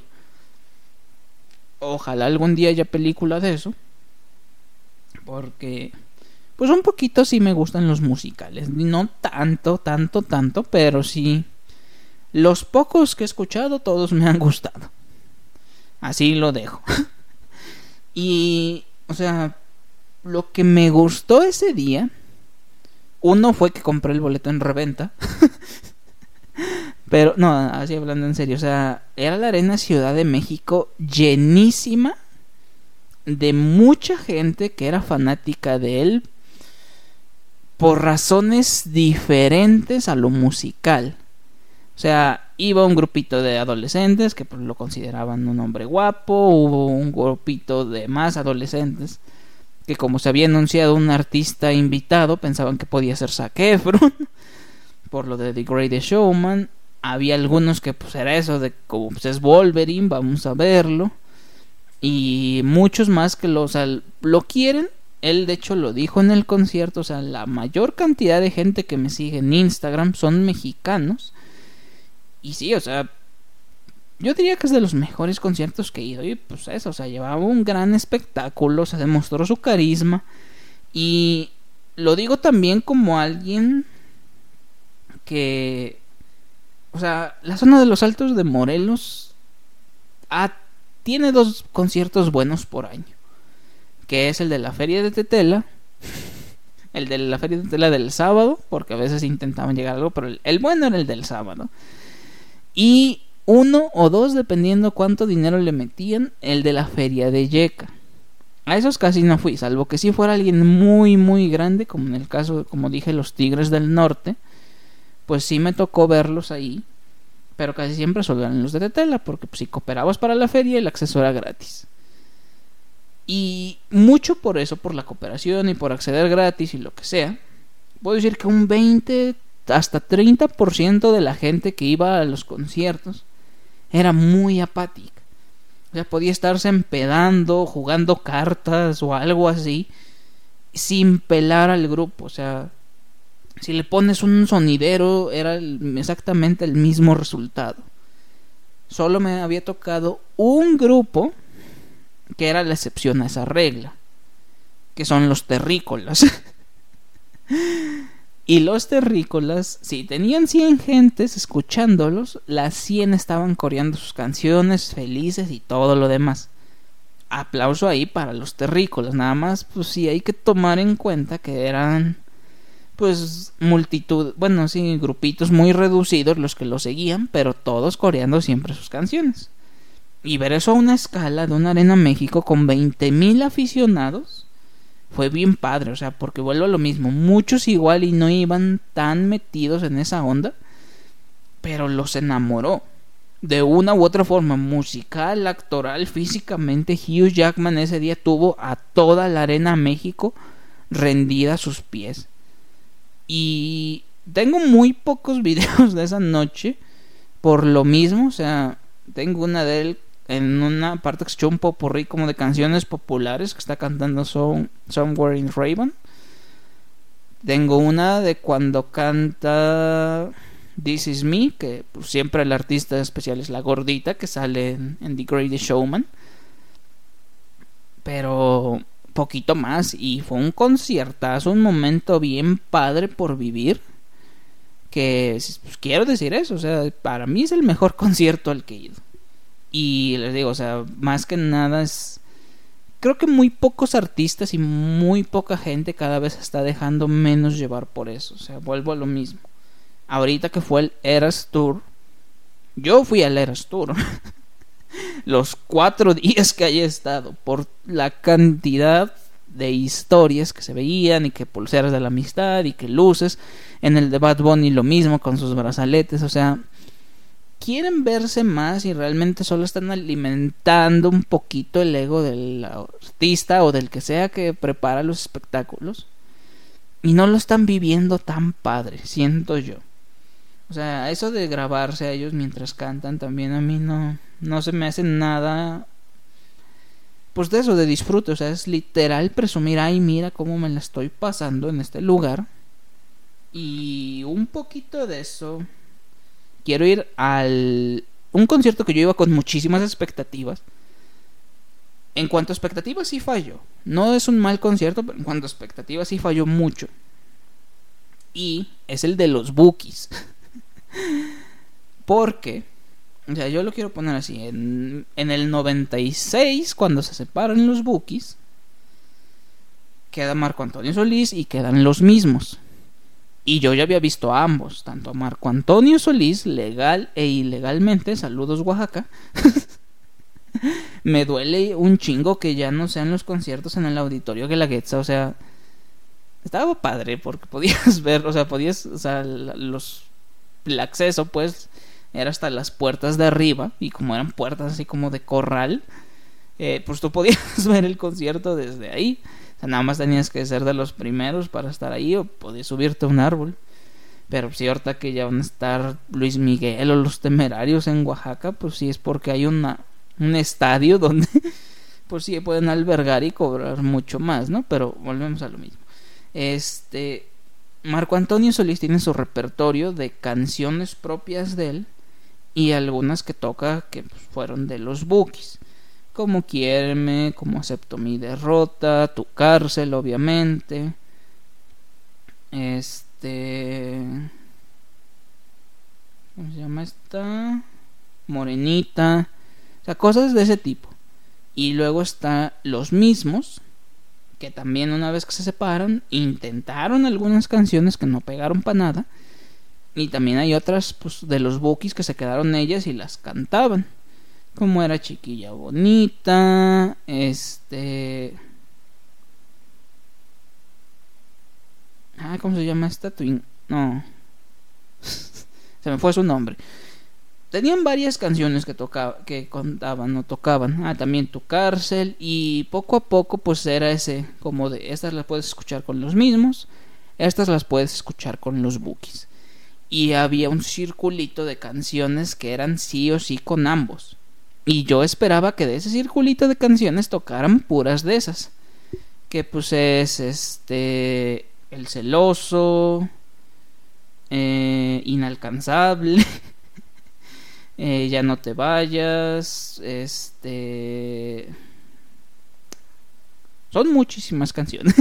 Ojalá algún día haya película de eso, porque pues un poquito sí me gustan los musicales. No tanto, tanto, tanto, pero sí. Los pocos que he escuchado, todos me han gustado. Así lo dejo. Y, o sea, lo que me gustó ese día, uno fue que compré el boleto en reventa. Pero, no, así hablando en serio, o sea, era la Arena Ciudad de México llenísima de mucha gente que era fanática de él por razones diferentes a lo musical. O sea, iba un grupito de adolescentes que pues, lo consideraban un hombre guapo. Hubo un grupito de más adolescentes que, como se había anunciado un artista invitado, pensaban que podía ser Zac Efron por lo de The Greatest Showman. Había algunos que pues era eso de como pues, es Wolverine, vamos a verlo. Y muchos más que lo, o sea, lo quieren. Él de hecho lo dijo en el concierto. O sea, la mayor cantidad de gente que me sigue en Instagram son mexicanos. Y sí, o sea, yo diría que es de los mejores conciertos que he ido. Y pues eso, o sea, llevaba un gran espectáculo. O sea, demostró su carisma. Y lo digo también como alguien que... O sea, la zona de los Altos de Morelos ha, tiene dos conciertos buenos por año. Que es el de la Feria de Tetela. El de la Feria de Tetela del sábado, porque a veces intentaban llegar a algo, pero el, el bueno era el del sábado. Y uno o dos, dependiendo cuánto dinero le metían, el de la Feria de Yeca. A esos casi no fui, salvo que si fuera alguien muy muy grande, como en el caso, como dije, los Tigres del Norte. Pues sí me tocó verlos ahí, pero casi siempre solo eran los de Tetela, porque pues, si cooperabas para la feria el acceso era gratis. Y mucho por eso, por la cooperación y por acceder gratis y lo que sea, puedo decir que un veinte hasta treinta por ciento de la gente que iba a los conciertos era muy apática. O sea, podía estarse empedando, jugando cartas o algo así, sin pelar al grupo. O sea, si le pones un sonidero, era el, exactamente el mismo resultado. Solo me había tocado un grupo que era la excepción a esa regla, que son los terrícolas. Y los terrícolas, si tenían cien gentes escuchándolos, las cien estaban coreando sus canciones, felices y todo lo demás. Aplauso ahí para los terrícolas. Nada más, pues sí hay que tomar en cuenta que eran... pues multitud, bueno, sí, grupitos muy reducidos los que lo seguían, pero todos coreando siempre sus canciones. Y ver eso a una escala de una Arena México con veinte mil aficionados fue bien padre. O sea, porque vuelvo a lo mismo, muchos igual y no iban tan metidos en esa onda, pero los enamoró de una u otra forma, musical, actoral, físicamente. Hugh Jackman ese día tuvo a toda la Arena México rendida a sus pies. Y tengo muy pocos videos de esa noche por lo mismo. O sea, tengo una de él en una parte que se echó un popurrí como de canciones populares que está cantando Some, Somewhere in Raven. Tengo una de cuando canta This Is Me, que pues, siempre el artista especial es la gordita que sale en, en The Greatest Showman. Pero poquito más, y fue un conciertazo, un momento bien padre por vivir, que pues, quiero decir eso, o sea, para mí es el mejor concierto al que he ido. Y les digo, o sea, más que nada es, creo que muy pocos artistas y muy poca gente cada vez se está dejando menos llevar por eso. O sea, vuelvo a lo mismo, ahorita que fue el Eras Tour, yo fui al Eras Tour. Los cuatro días que haya estado, por la cantidad de historias que se veían, y que pulseras de la amistad, y que luces. En el de Bad Bunny lo mismo, con sus brazaletes. O sea, quieren verse más y realmente solo están alimentando un poquito el ego del artista o del que sea que prepara los espectáculos, y no lo están viviendo tan padre, siento yo. O sea, eso de grabarse a ellos mientras cantan también a mí no, no se me hace nada, pues de eso, de disfrute. O sea, es literal presumir, ay, mira cómo me la estoy pasando en este lugar. Y un poquito de eso. Quiero ir al un concierto que yo iba con muchísimas expectativas. En cuanto a expectativas sí falló. No es un mal concierto, pero en cuanto a expectativas sí falló mucho. Y es el de los Bukis. Porque, o sea, yo lo quiero poner así. En, en el noventa y seis, cuando se separan los Bukis, queda Marco Antonio Solís y quedan los mismos. Y yo ya había visto a ambos, tanto a Marco Antonio Solís, legal e ilegalmente, saludos Oaxaca. Me duele un chingo que ya no sean los conciertos en el Auditorio Guelaguetza. O sea, estaba padre porque podías ver, o sea, podías, o sea, los, el acceso pues era hasta las puertas de arriba, y como eran puertas así como de corral, eh, pues tú podías ver el concierto desde ahí. O sea, nada más tenías que ser de los primeros para estar ahí, o podías subirte a un árbol. Pero si ahorita que ya van a estar Luis Miguel o los Temerarios en Oaxaca, pues sí es porque hay una, un estadio donde pues sí pueden albergar y cobrar mucho más, ¿no? Pero volvemos a lo mismo. Este Marco Antonio Solís tiene su repertorio de canciones propias de él, y algunas que toca que pues, fueron de los Bukis, como Quiéreme, como Acepto mi derrota, Tu cárcel, obviamente. Este, ¿cómo se llama esta? Morenita. O sea, cosas de ese tipo. Y luego está Los Mismos, que también una vez que se separan intentaron algunas canciones que no pegaron para nada. Y también hay otras pues, de los Bukis que se quedaron ellas y las cantaban, como era Chiquilla Bonita, este... Ah, ¿cómo se llama esta? Twin... No. Se me fue su nombre. Tenían varias canciones que tocaba, que contaban o tocaban. Ah, también Tu cárcel. Y poco a poco pues era ese, como de, estas las puedes escuchar con Los Mismos, estas las puedes escuchar con los Bukis. Y había un circulito de canciones que eran sí o sí con ambos. Y yo esperaba que de ese circulito de canciones tocaran puras de esas. Que pues es este... El celoso, eh, Inalcanzable, eh, Ya no te vayas, este... Son muchísimas canciones.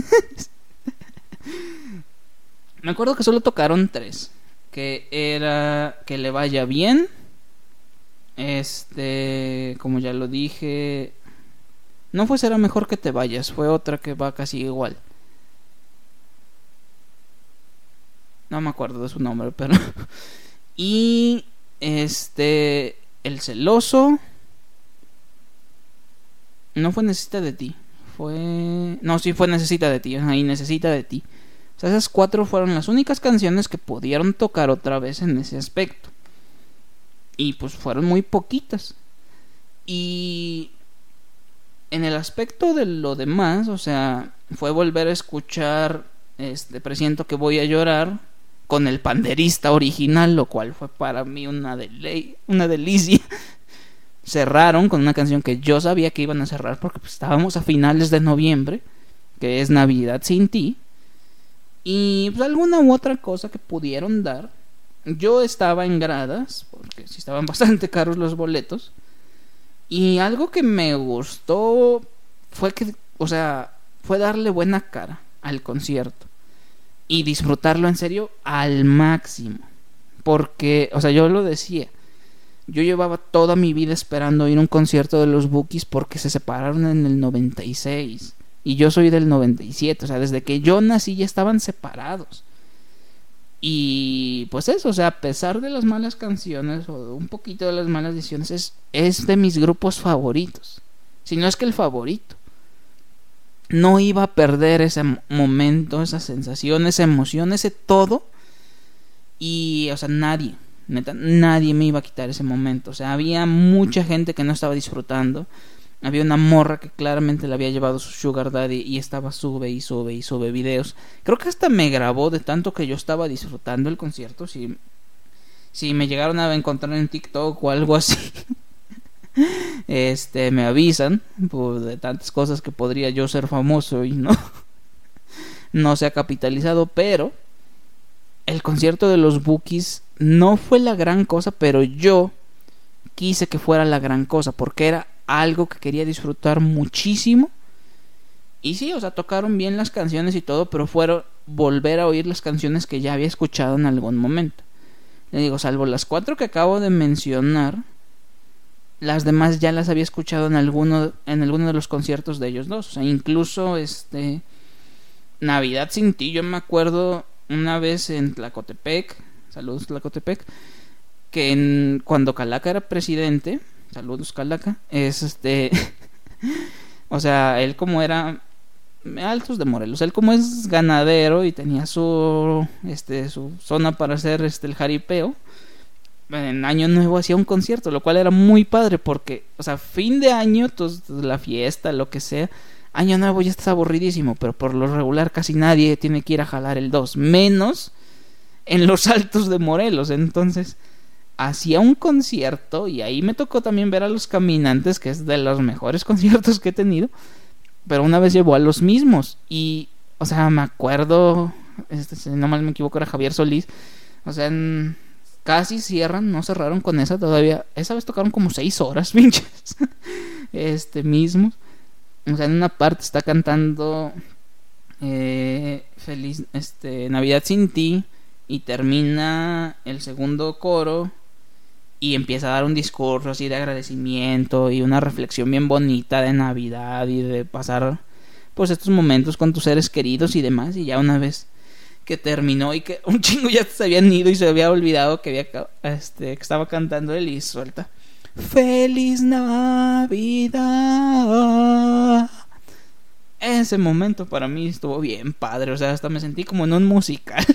Me acuerdo que solo tocaron tres. Que era Que le vaya bien, este, como ya lo dije, no fue Será mejor que te vayas, fue otra que va casi igual. No me acuerdo de su nombre, pero... Y... Este... El celoso... No fue Necesita de ti. Fue... No, sí fue Necesita de ti. Ahí Necesita de ti. O sea, esas cuatro fueron las únicas canciones que pudieron tocar otra vez en ese aspecto. Y pues fueron muy poquitas. Y... En el aspecto de lo demás, o sea... Fue volver a escuchar... Este... Presiento que voy a llorar... Con el panderista original, lo cual fue para mí una, dele- una delicia. Cerraron con una canción que yo sabía que iban a cerrar porque pues, estábamos a finales de noviembre, que es Navidad sin ti. Y pues alguna u otra cosa que pudieron dar. Yo estaba en gradas, porque sí estaban bastante caros los boletos. Y algo que me gustó fue que, o sea, fue darle buena cara al concierto. Y disfrutarlo en serio al máximo. Porque, o sea, yo lo decía, yo llevaba toda mi vida esperando ir a un concierto de los Bukis porque se separaron en el noventa y seis. Y yo soy del noventa y siete. O sea, desde que yo nací ya estaban separados. Y pues eso, o sea, a pesar de las malas canciones o de un poquito de las malas decisiones, es, es de mis grupos favoritos. Si no es que el favorito. No iba a perder ese momento, esa sensación, esa emoción, ese todo. Y, o sea, nadie, neta, nadie me iba a quitar ese momento. O sea, había mucha gente que no estaba disfrutando. Había una morra que claramente le había llevado su sugar daddy y estaba sube y sube y sube videos. Creo que hasta me grabó de tanto que yo estaba disfrutando el concierto. Si, si me llegaron a encontrar en TikTok o algo así, este, me avisan, pues, de tantas cosas que podría yo ser famoso y no, no se ha capitalizado. Pero el concierto de los Bukis no fue la gran cosa, pero yo quise que fuera la gran cosa porque era algo que quería disfrutar muchísimo. Y sí, o sea, tocaron bien las canciones y todo, pero fueron volver a oír las canciones que ya había escuchado en algún momento. Le digo, salvo las cuatro que acabo de mencionar, las demás ya las había escuchado en alguno en alguno de los conciertos de ellos dos. O sea, incluso este Navidad sin ti, yo me acuerdo una vez en Tlacotepec, saludos Tlacotepec, que en, cuando Calaca era presidente, saludos Calaca, es este o sea, él como era Altos de Morelos, él como es ganadero y tenía su este su zona para hacer este el jaripeo, en Año Nuevo hacía un concierto, lo cual era muy padre porque, o sea, fin de año, tos, la fiesta, lo que sea, Año Nuevo ya está aburridísimo, pero por lo regular casi nadie tiene que ir a jalar el dos, menos en los Altos de Morelos. Entonces hacía un concierto y ahí me tocó también ver a Los Caminantes, que es de los mejores conciertos que he tenido, pero una vez llevó a los mismos y, o sea, me acuerdo, este, si no mal me equivoco era Javier Solís, o sea, en, casi cierran, no cerraron con esa todavía, esa vez tocaron como seis horas, pinches, este, mismos, o sea, en una parte está cantando eh, Feliz, este, Navidad sin ti, y termina el segundo coro y empieza a dar un discurso así de agradecimiento y una reflexión bien bonita de Navidad y de pasar pues estos momentos con tus seres queridos y demás. Y ya una vez que terminó y que un chingo ya se habían ido y se había olvidado que había este que estaba cantando él, y suelta Feliz Navidad. Ese momento para mí estuvo bien padre, o sea, hasta me sentí como en un musical.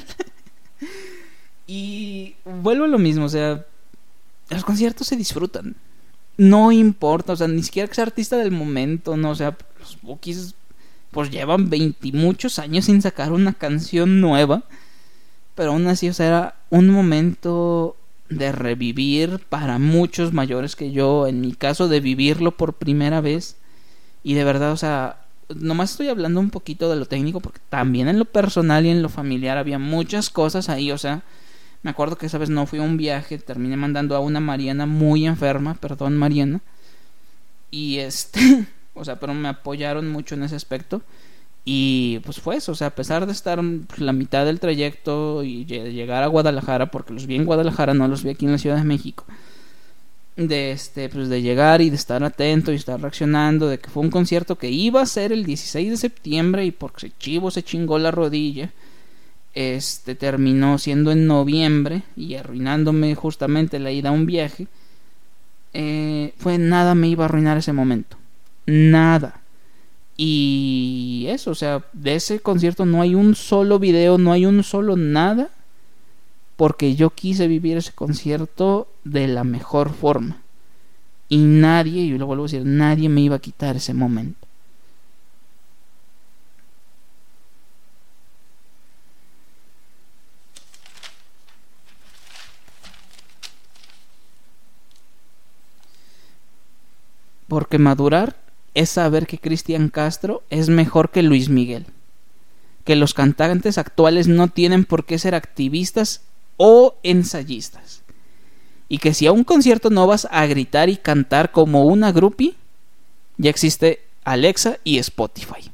Y vuelvo a lo mismo, o sea, los conciertos se disfrutan, no importa, o sea, ni siquiera que sea artista del momento, no, o sea, los Bukis pues llevan veinte muchos años sin sacar una canción nueva, pero aún así, o sea, era un momento de revivir para muchos mayores que yo, en mi caso de vivirlo por primera vez. Y de verdad, o sea, nomás estoy hablando un poquito de lo técnico porque también en lo personal y en lo familiar había muchas cosas ahí, o sea, me acuerdo que esa vez no fui a un viaje, terminé mandando a una Mariana muy enferma, perdón Mariana, y este, o sea, pero me apoyaron mucho en ese aspecto. Y pues fue eso, o sea, a pesar de estar la mitad del trayecto y llegar a Guadalajara, porque los vi en Guadalajara, no los vi aquí en la Ciudad de México, de este, pues de llegar y de estar atento y estar reaccionando, de que fue un concierto que iba a ser el dieciséis de septiembre y porque Chivo se chingó la rodilla, este terminó siendo en noviembre y arruinándome justamente la ida a un viaje. Eh, fue nada me iba a arruinar ese momento, nada. Y eso, o sea, de ese concierto no hay un solo video, no hay un solo nada, porque yo quise vivir ese concierto de la mejor forma. Y nadie, y lo vuelvo a decir, nadie me iba a quitar ese momento. Porque madurar es saber que Cristian Castro es mejor que Luis Miguel, que los cantantes actuales no tienen por qué ser activistas o ensayistas, y que si a un concierto no vas a gritar y cantar como una groupie, ya existe Alexa y Spotify.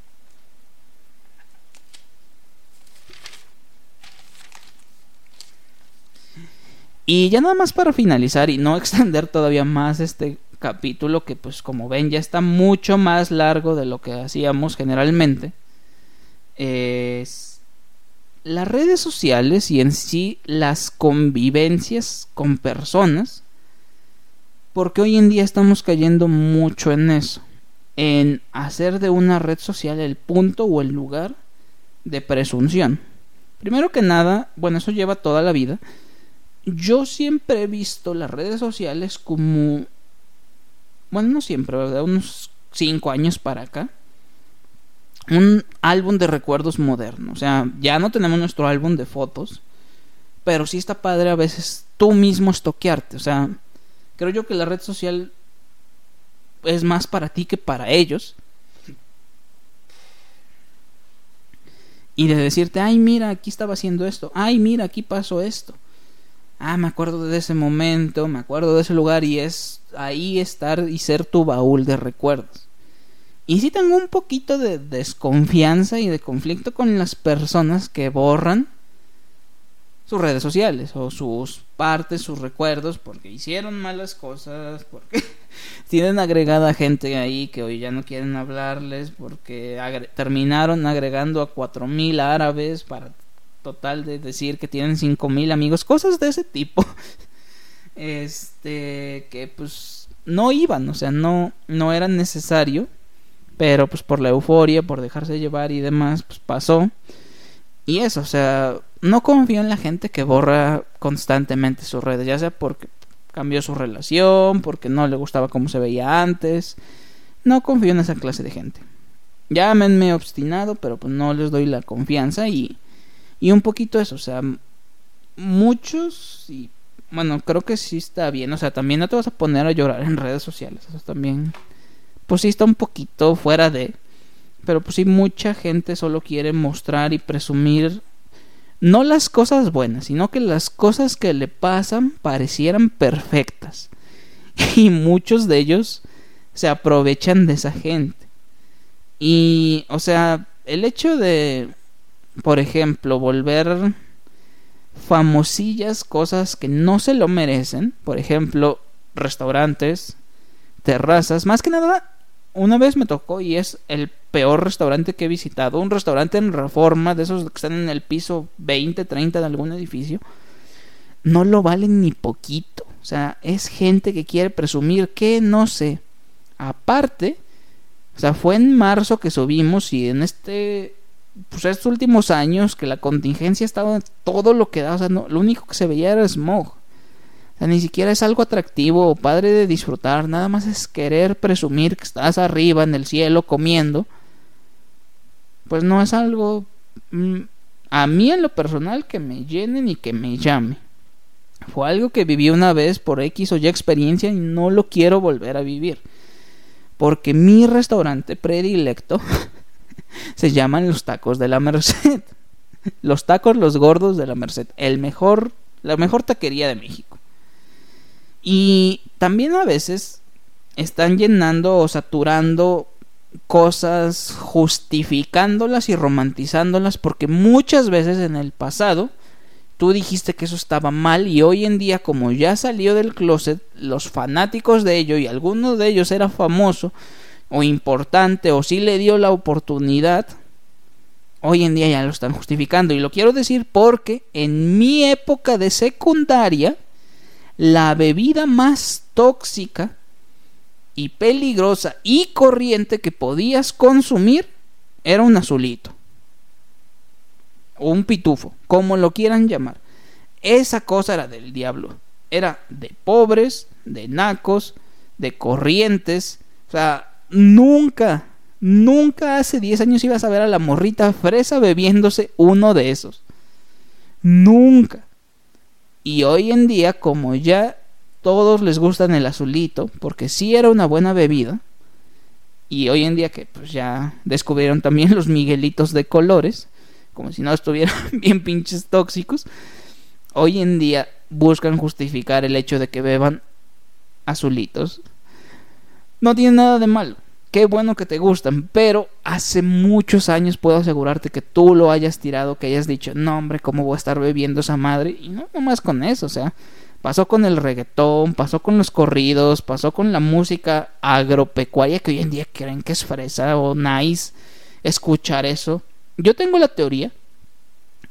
Y ya nada más para finalizar y no extender todavía más este capítulo, que pues como ven ya está mucho más largo de lo que hacíamos generalmente, es las redes sociales y en sí las convivencias con personas, porque hoy en día estamos cayendo mucho en eso, en hacer de una red social el punto o el lugar de presunción. Primero que nada, bueno, eso lleva toda la vida. Yo siempre he visto las redes sociales como, bueno, no siempre, ¿verdad? Unos cinco años para acá, un álbum de recuerdos moderno. O sea, ya no tenemos nuestro álbum de fotos, pero sí está padre a veces tú mismo estoquearte. O sea, creo yo que la red social es más para ti que para ellos. Y de decirte, ay, mira, aquí estaba haciendo esto. Ay, mira, aquí pasó esto. Ah, me acuerdo de ese momento, me acuerdo de ese lugar. Y es ahí estar y ser tu baúl de recuerdos. Y sí tengo un poquito de desconfianza y de conflicto con las personas que borran sus redes sociales o sus partes, sus recuerdos, porque hicieron malas cosas, porque tienen agregada gente ahí que hoy ya no quieren hablarles, porque agre- terminaron agregando a cuatro mil árabes para total de decir que tienen cinco mil amigos, cosas de ese tipo. Este, que pues no iban, o sea, no, no era necesario, pero pues por la euforia, por dejarse llevar y demás, pues pasó. Y eso, o sea, no confío en la gente que borra constantemente sus redes, ya sea porque cambió su relación, porque no le gustaba cómo se veía antes. No confío en esa clase de gente. Llámenme obstinado, pero pues no les doy la confianza y, y un poquito eso, o sea, muchos, y bueno, creo que sí está bien, o sea, también no te vas a poner a llorar en redes sociales, eso también, pues sí está un poquito fuera de... Pero pues sí, mucha gente solo quiere mostrar y presumir no las cosas buenas, sino que las cosas que le pasan parecieran perfectas. Y muchos de ellos se aprovechan de esa gente. Y, o sea, el hecho de, por ejemplo, volver famosillas cosas que no se lo merecen, por ejemplo, restaurantes, terrazas, más que nada... Una vez me tocó y es el peor restaurante que he visitado. Un restaurante en Reforma, de esos que están en el piso veinte, treinta de algún edificio. No lo valen ni poquito. O sea, es gente que quiere presumir que no sé. Aparte, o sea, fue en marzo que subimos y en este... Pues estos últimos años que la contingencia estaba todo lo que da. O sea, no, lo único que se veía era smog. O sea, ni siquiera es algo atractivo o padre de disfrutar. Nada más es querer presumir que estás arriba en el cielo comiendo. Pues no es algo... Mmm, a mí en lo personal que me llene ni que me llame. Fue algo que viví una vez por X o Y experiencia y no lo quiero volver a vivir. Porque mi restaurante predilecto se llaman los tacos de la Merced. Los tacos los gordos de la Merced. El mejor, la mejor taquería de México. Y también a veces están llenando o saturando cosas, justificándolas y romantizándolas, porque muchas veces en el pasado tú dijiste que eso estaba mal y hoy en día, como ya salió del closet, los fanáticos de ello, y alguno de ellos era famoso o importante o sí le dio la oportunidad, hoy en día ya lo están justificando. Y lo quiero decir porque en mi época de secundaria, la bebida más tóxica y peligrosa y corriente que podías consumir era un azulito o un pitufo, como lo quieran llamar. Esa cosa era del diablo, era de pobres, de nacos, de corrientes. O sea, nunca, nunca hace diez años ibas a ver a la morrita fresa bebiéndose uno de esos. Nunca. Y hoy en día, como ya todos les gustan el azulito, porque sí era una buena bebida, y hoy en día que pues ya descubrieron también los miguelitos de colores, como si no estuvieran bien pinches tóxicos, hoy en día buscan justificar el hecho de que beban azulitos. No tiene nada de malo. Qué bueno que te gustan, pero hace muchos años puedo asegurarte que tú lo hayas tirado, que hayas dicho, no hombre, ¿cómo voy a estar bebiendo esa madre? Y no nomás con eso, o sea, pasó con el reggaetón, pasó con los corridos, pasó con la música agropecuaria, que hoy en día creen que es fresa o nice escuchar eso. Yo tengo la teoría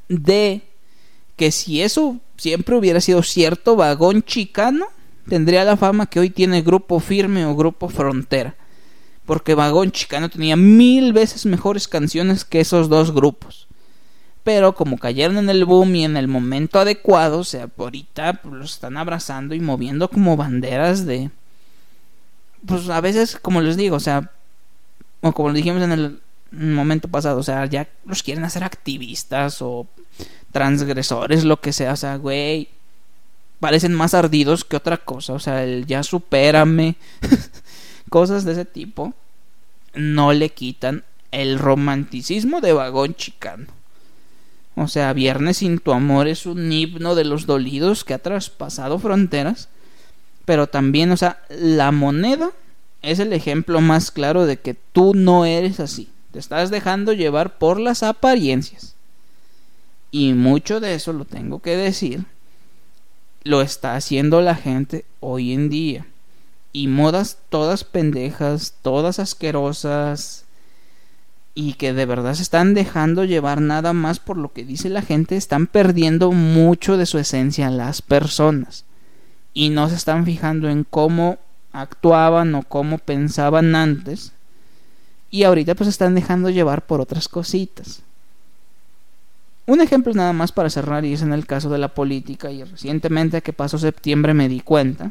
de que si eso siempre hubiera sido cierto, Vagón Chicano tendría la fama que hoy tiene Grupo Firme o Grupo Frontera, porque Vagón Chicano tenía mil veces mejores canciones que esos dos grupos. Pero como cayeron en el boom y en el momento adecuado, o sea, ahorita pues, los están abrazando y moviendo como banderas de... Pues a veces, como les digo, o sea, o como lo dijimos en el momento pasado, o sea, ya los quieren hacer activistas o transgresores, lo que sea, o sea, güey, parecen más ardidos que otra cosa, o sea, el ya supérame, cosas de ese tipo, no le quitan el romanticismo de Vagón Chicano. O sea, Viernes sin tu amor es un himno de los dolidos que ha traspasado fronteras. Pero también, o sea, La Moneda es el ejemplo más claro de que tú no eres así. Te estás dejando llevar por las apariencias. Y mucho de eso, lo tengo que decir, lo está haciendo la gente hoy en día. Y modas todas pendejas, todas asquerosas, y que de verdad se están dejando llevar nada más por lo que dice la gente, están perdiendo mucho de su esencia las personas y no se están fijando en cómo actuaban o cómo pensaban antes, y ahorita pues se están dejando llevar por otras cositas. Un ejemplo nada más para cerrar, y es en el caso de la política, y recientemente que pasó septiembre me di cuenta.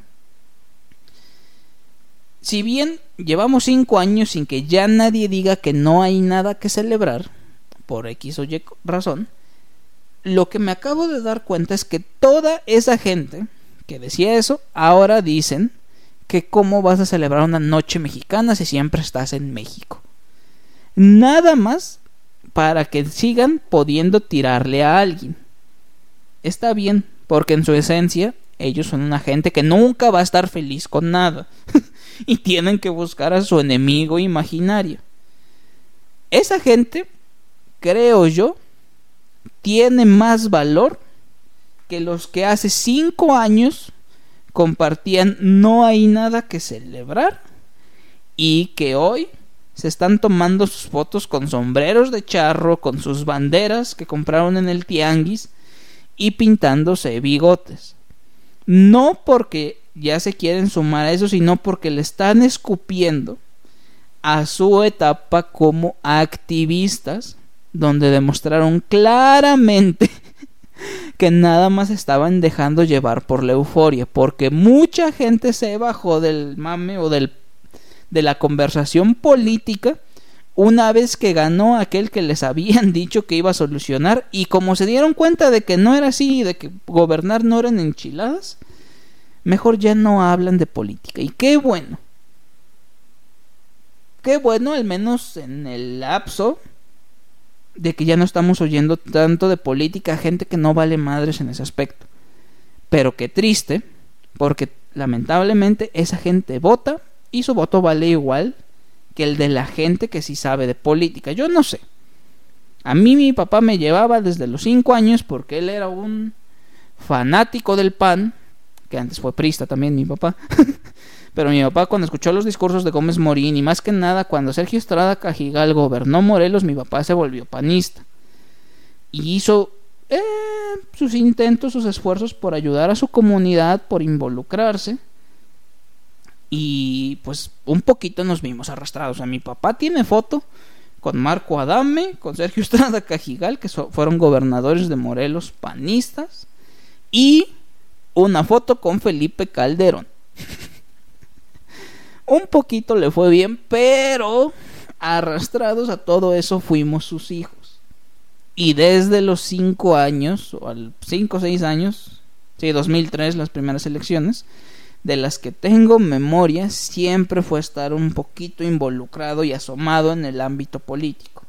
Si bien llevamos cinco años sin que ya nadie diga que no hay nada que celebrar, por X o Y razón, lo que me acabo de dar cuenta es que toda esa gente que decía eso, ahora dicen que cómo vas a celebrar una noche mexicana si siempre estás en México. Nada más para que sigan pudiendo tirarle a alguien. Está bien, porque en su esencia ellos son una gente que nunca va a estar feliz con nada. Y tienen que buscar a su enemigo imaginario. Esa gente, creo yo, tiene más valor que los que hace cinco años compartían no hay nada que celebrar, y que hoy se están tomando sus fotos con sombreros de charro, con sus banderas que compraron en el tianguis y pintándose bigotes. No porque ya se quieren sumar a eso, sino porque le están escupiendo a su etapa como activistas, donde demostraron claramente que nada más estaban dejando llevar por la euforia, porque mucha gente se bajó del mame o del, de la conversación política una vez que ganó aquel que les habían dicho que iba a solucionar, y como se dieron cuenta de que no era así, de que gobernar no eran enchiladas, mejor ya no hablan de política. Y qué bueno, qué bueno, al menos en el lapso de que ya no estamos oyendo tanto de política, gente que no vale madres en ese aspecto. Pero qué triste, porque lamentablemente esa gente vota y su voto vale igual que el de la gente que sí sabe de política. Yo no sé. A mí mi papá me llevaba desde los cinco años porque él era un fanático del P A N, que antes fue priista también mi papá. Pero mi papá, cuando escuchó los discursos de Gómez Morín, y más que nada cuando Sergio Estrada Cajigal gobernó Morelos, mi papá se volvió panista y hizo eh, sus intentos, sus esfuerzos por ayudar a su comunidad, por involucrarse. Y pues un poquito nos vimos arrastrados. O sea, mi papá tiene foto con Marco Adame, con Sergio Estrada Cajigal, que so- fueron gobernadores de Morelos panistas, y una foto con Felipe Calderón. Un poquito le fue bien, pero arrastrados a todo eso fuimos sus hijos. Y desde los cinco años, o al cinco o seis años, sí, dos mil tres, las primeras elecciones, de las que tengo memoria, siempre fue estar un poquito involucrado y asomado en el ámbito político.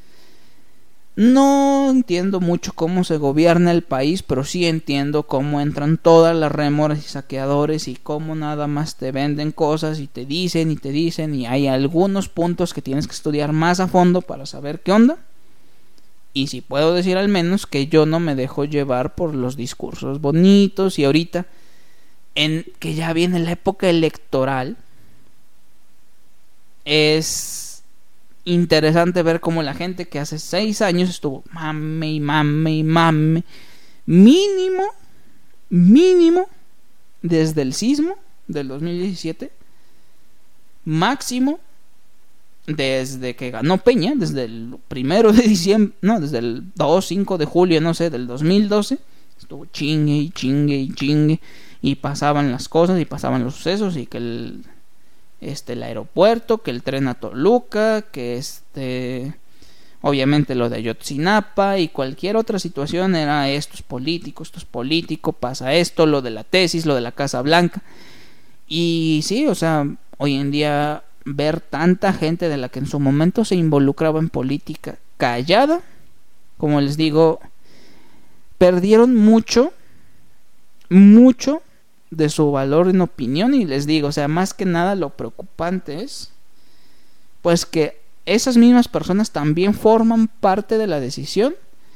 No entiendo mucho cómo se gobierna el país, pero sí entiendo cómo entran todas las rémoras y saqueadores, y cómo nada más te venden cosas y te dicen y te dicen, y hay algunos puntos que tienes que estudiar más a fondo para saber qué onda. Y si puedo decir al menos que yo no me dejo llevar por los discursos bonitos, y ahorita en que ya viene la época electoral, es interesante ver cómo la gente que hace seis años estuvo mame y mame y mame, mínimo, mínimo, desde el sismo del dos mil diecisiete, máximo desde que ganó Peña, desde el primero de diciembre, no, desde el dos, cinco de julio, no sé, del dos mil doce, estuvo chingue y chingue y chingue, y pasaban las cosas y pasaban los sucesos, y que el este el aeropuerto, que el tren a Toluca, que este obviamente lo de Ayotzinapa y cualquier otra situación era esto es político, esto es político, pasa esto, lo de la tesis, lo de la Casa Blanca. Y sí, o sea, hoy en día ver tanta gente de la que en su momento se involucraba en política callada, como les digo, perdieron mucho, mucho de su valor en opinión. Y les digo, o sea, más que nada lo preocupante es pues que esas mismas personas también forman parte de la decisión,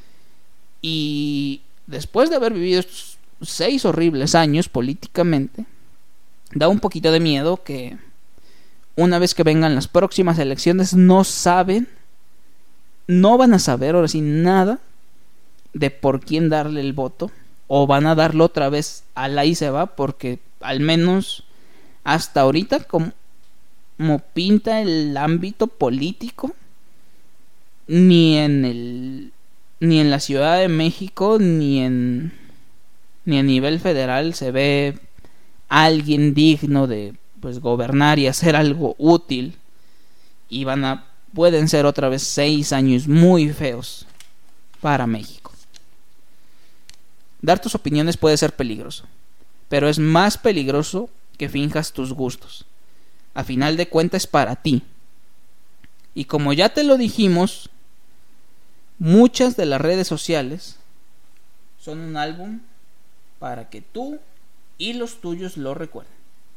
y después de haber vivido estos seis horribles años políticamente, da un poquito de miedo que una vez que vengan las próximas elecciones no saben, no van a saber ahora sí nada de por quién darle el voto, o van a darlo otra vez a la y se va, porque al menos hasta ahorita como, como pinta el ámbito político, ni en el ni en la Ciudad de México ni en ni a nivel federal se ve alguien digno de pues gobernar y hacer algo útil, y van a pueden ser otra vez seis años muy feos para México. Dar tus opiniones puede ser peligroso, pero es más peligroso que finjas tus gustos. A final de cuentas es para ti. Y como ya te lo dijimos, muchas de las redes sociales son un álbum para que tú y los tuyos lo recuerden.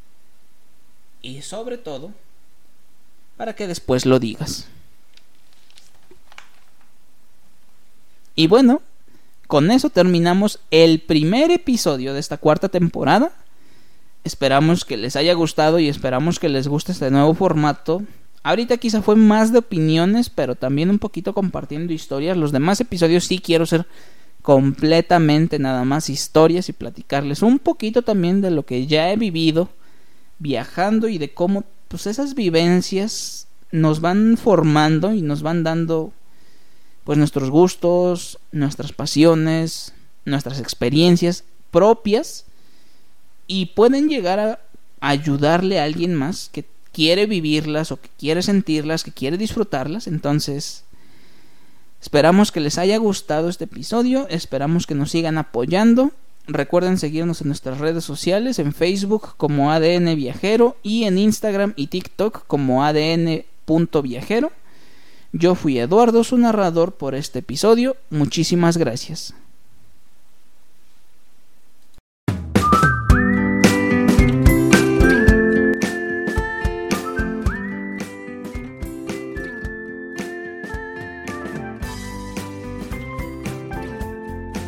Y sobre todo, para que después lo digas. Y bueno, con eso terminamos el primer episodio de esta cuarta temporada. Esperamos que les haya gustado y esperamos que les guste este nuevo formato. Ahorita quizá fue más de opiniones, pero también un poquito compartiendo historias. Los demás episodios sí quiero ser completamente nada más historias y platicarles un poquito también de lo que ya he vivido viajando y de cómo pues esas vivencias nos van formando y nos van dando pues nuestros gustos, nuestras pasiones, nuestras experiencias propias, y pueden llegar a ayudarle a alguien más que quiere vivirlas o que quiere sentirlas, que quiere disfrutarlas. Entonces, esperamos que les haya gustado este episodio, esperamos que nos sigan apoyando. Recuerden seguirnos en nuestras redes sociales, en Facebook como A D N Viajero y en Instagram y TikTok como A D N punto viajero. Yo fui Eduardo, su narrador por este episodio. Muchísimas gracias.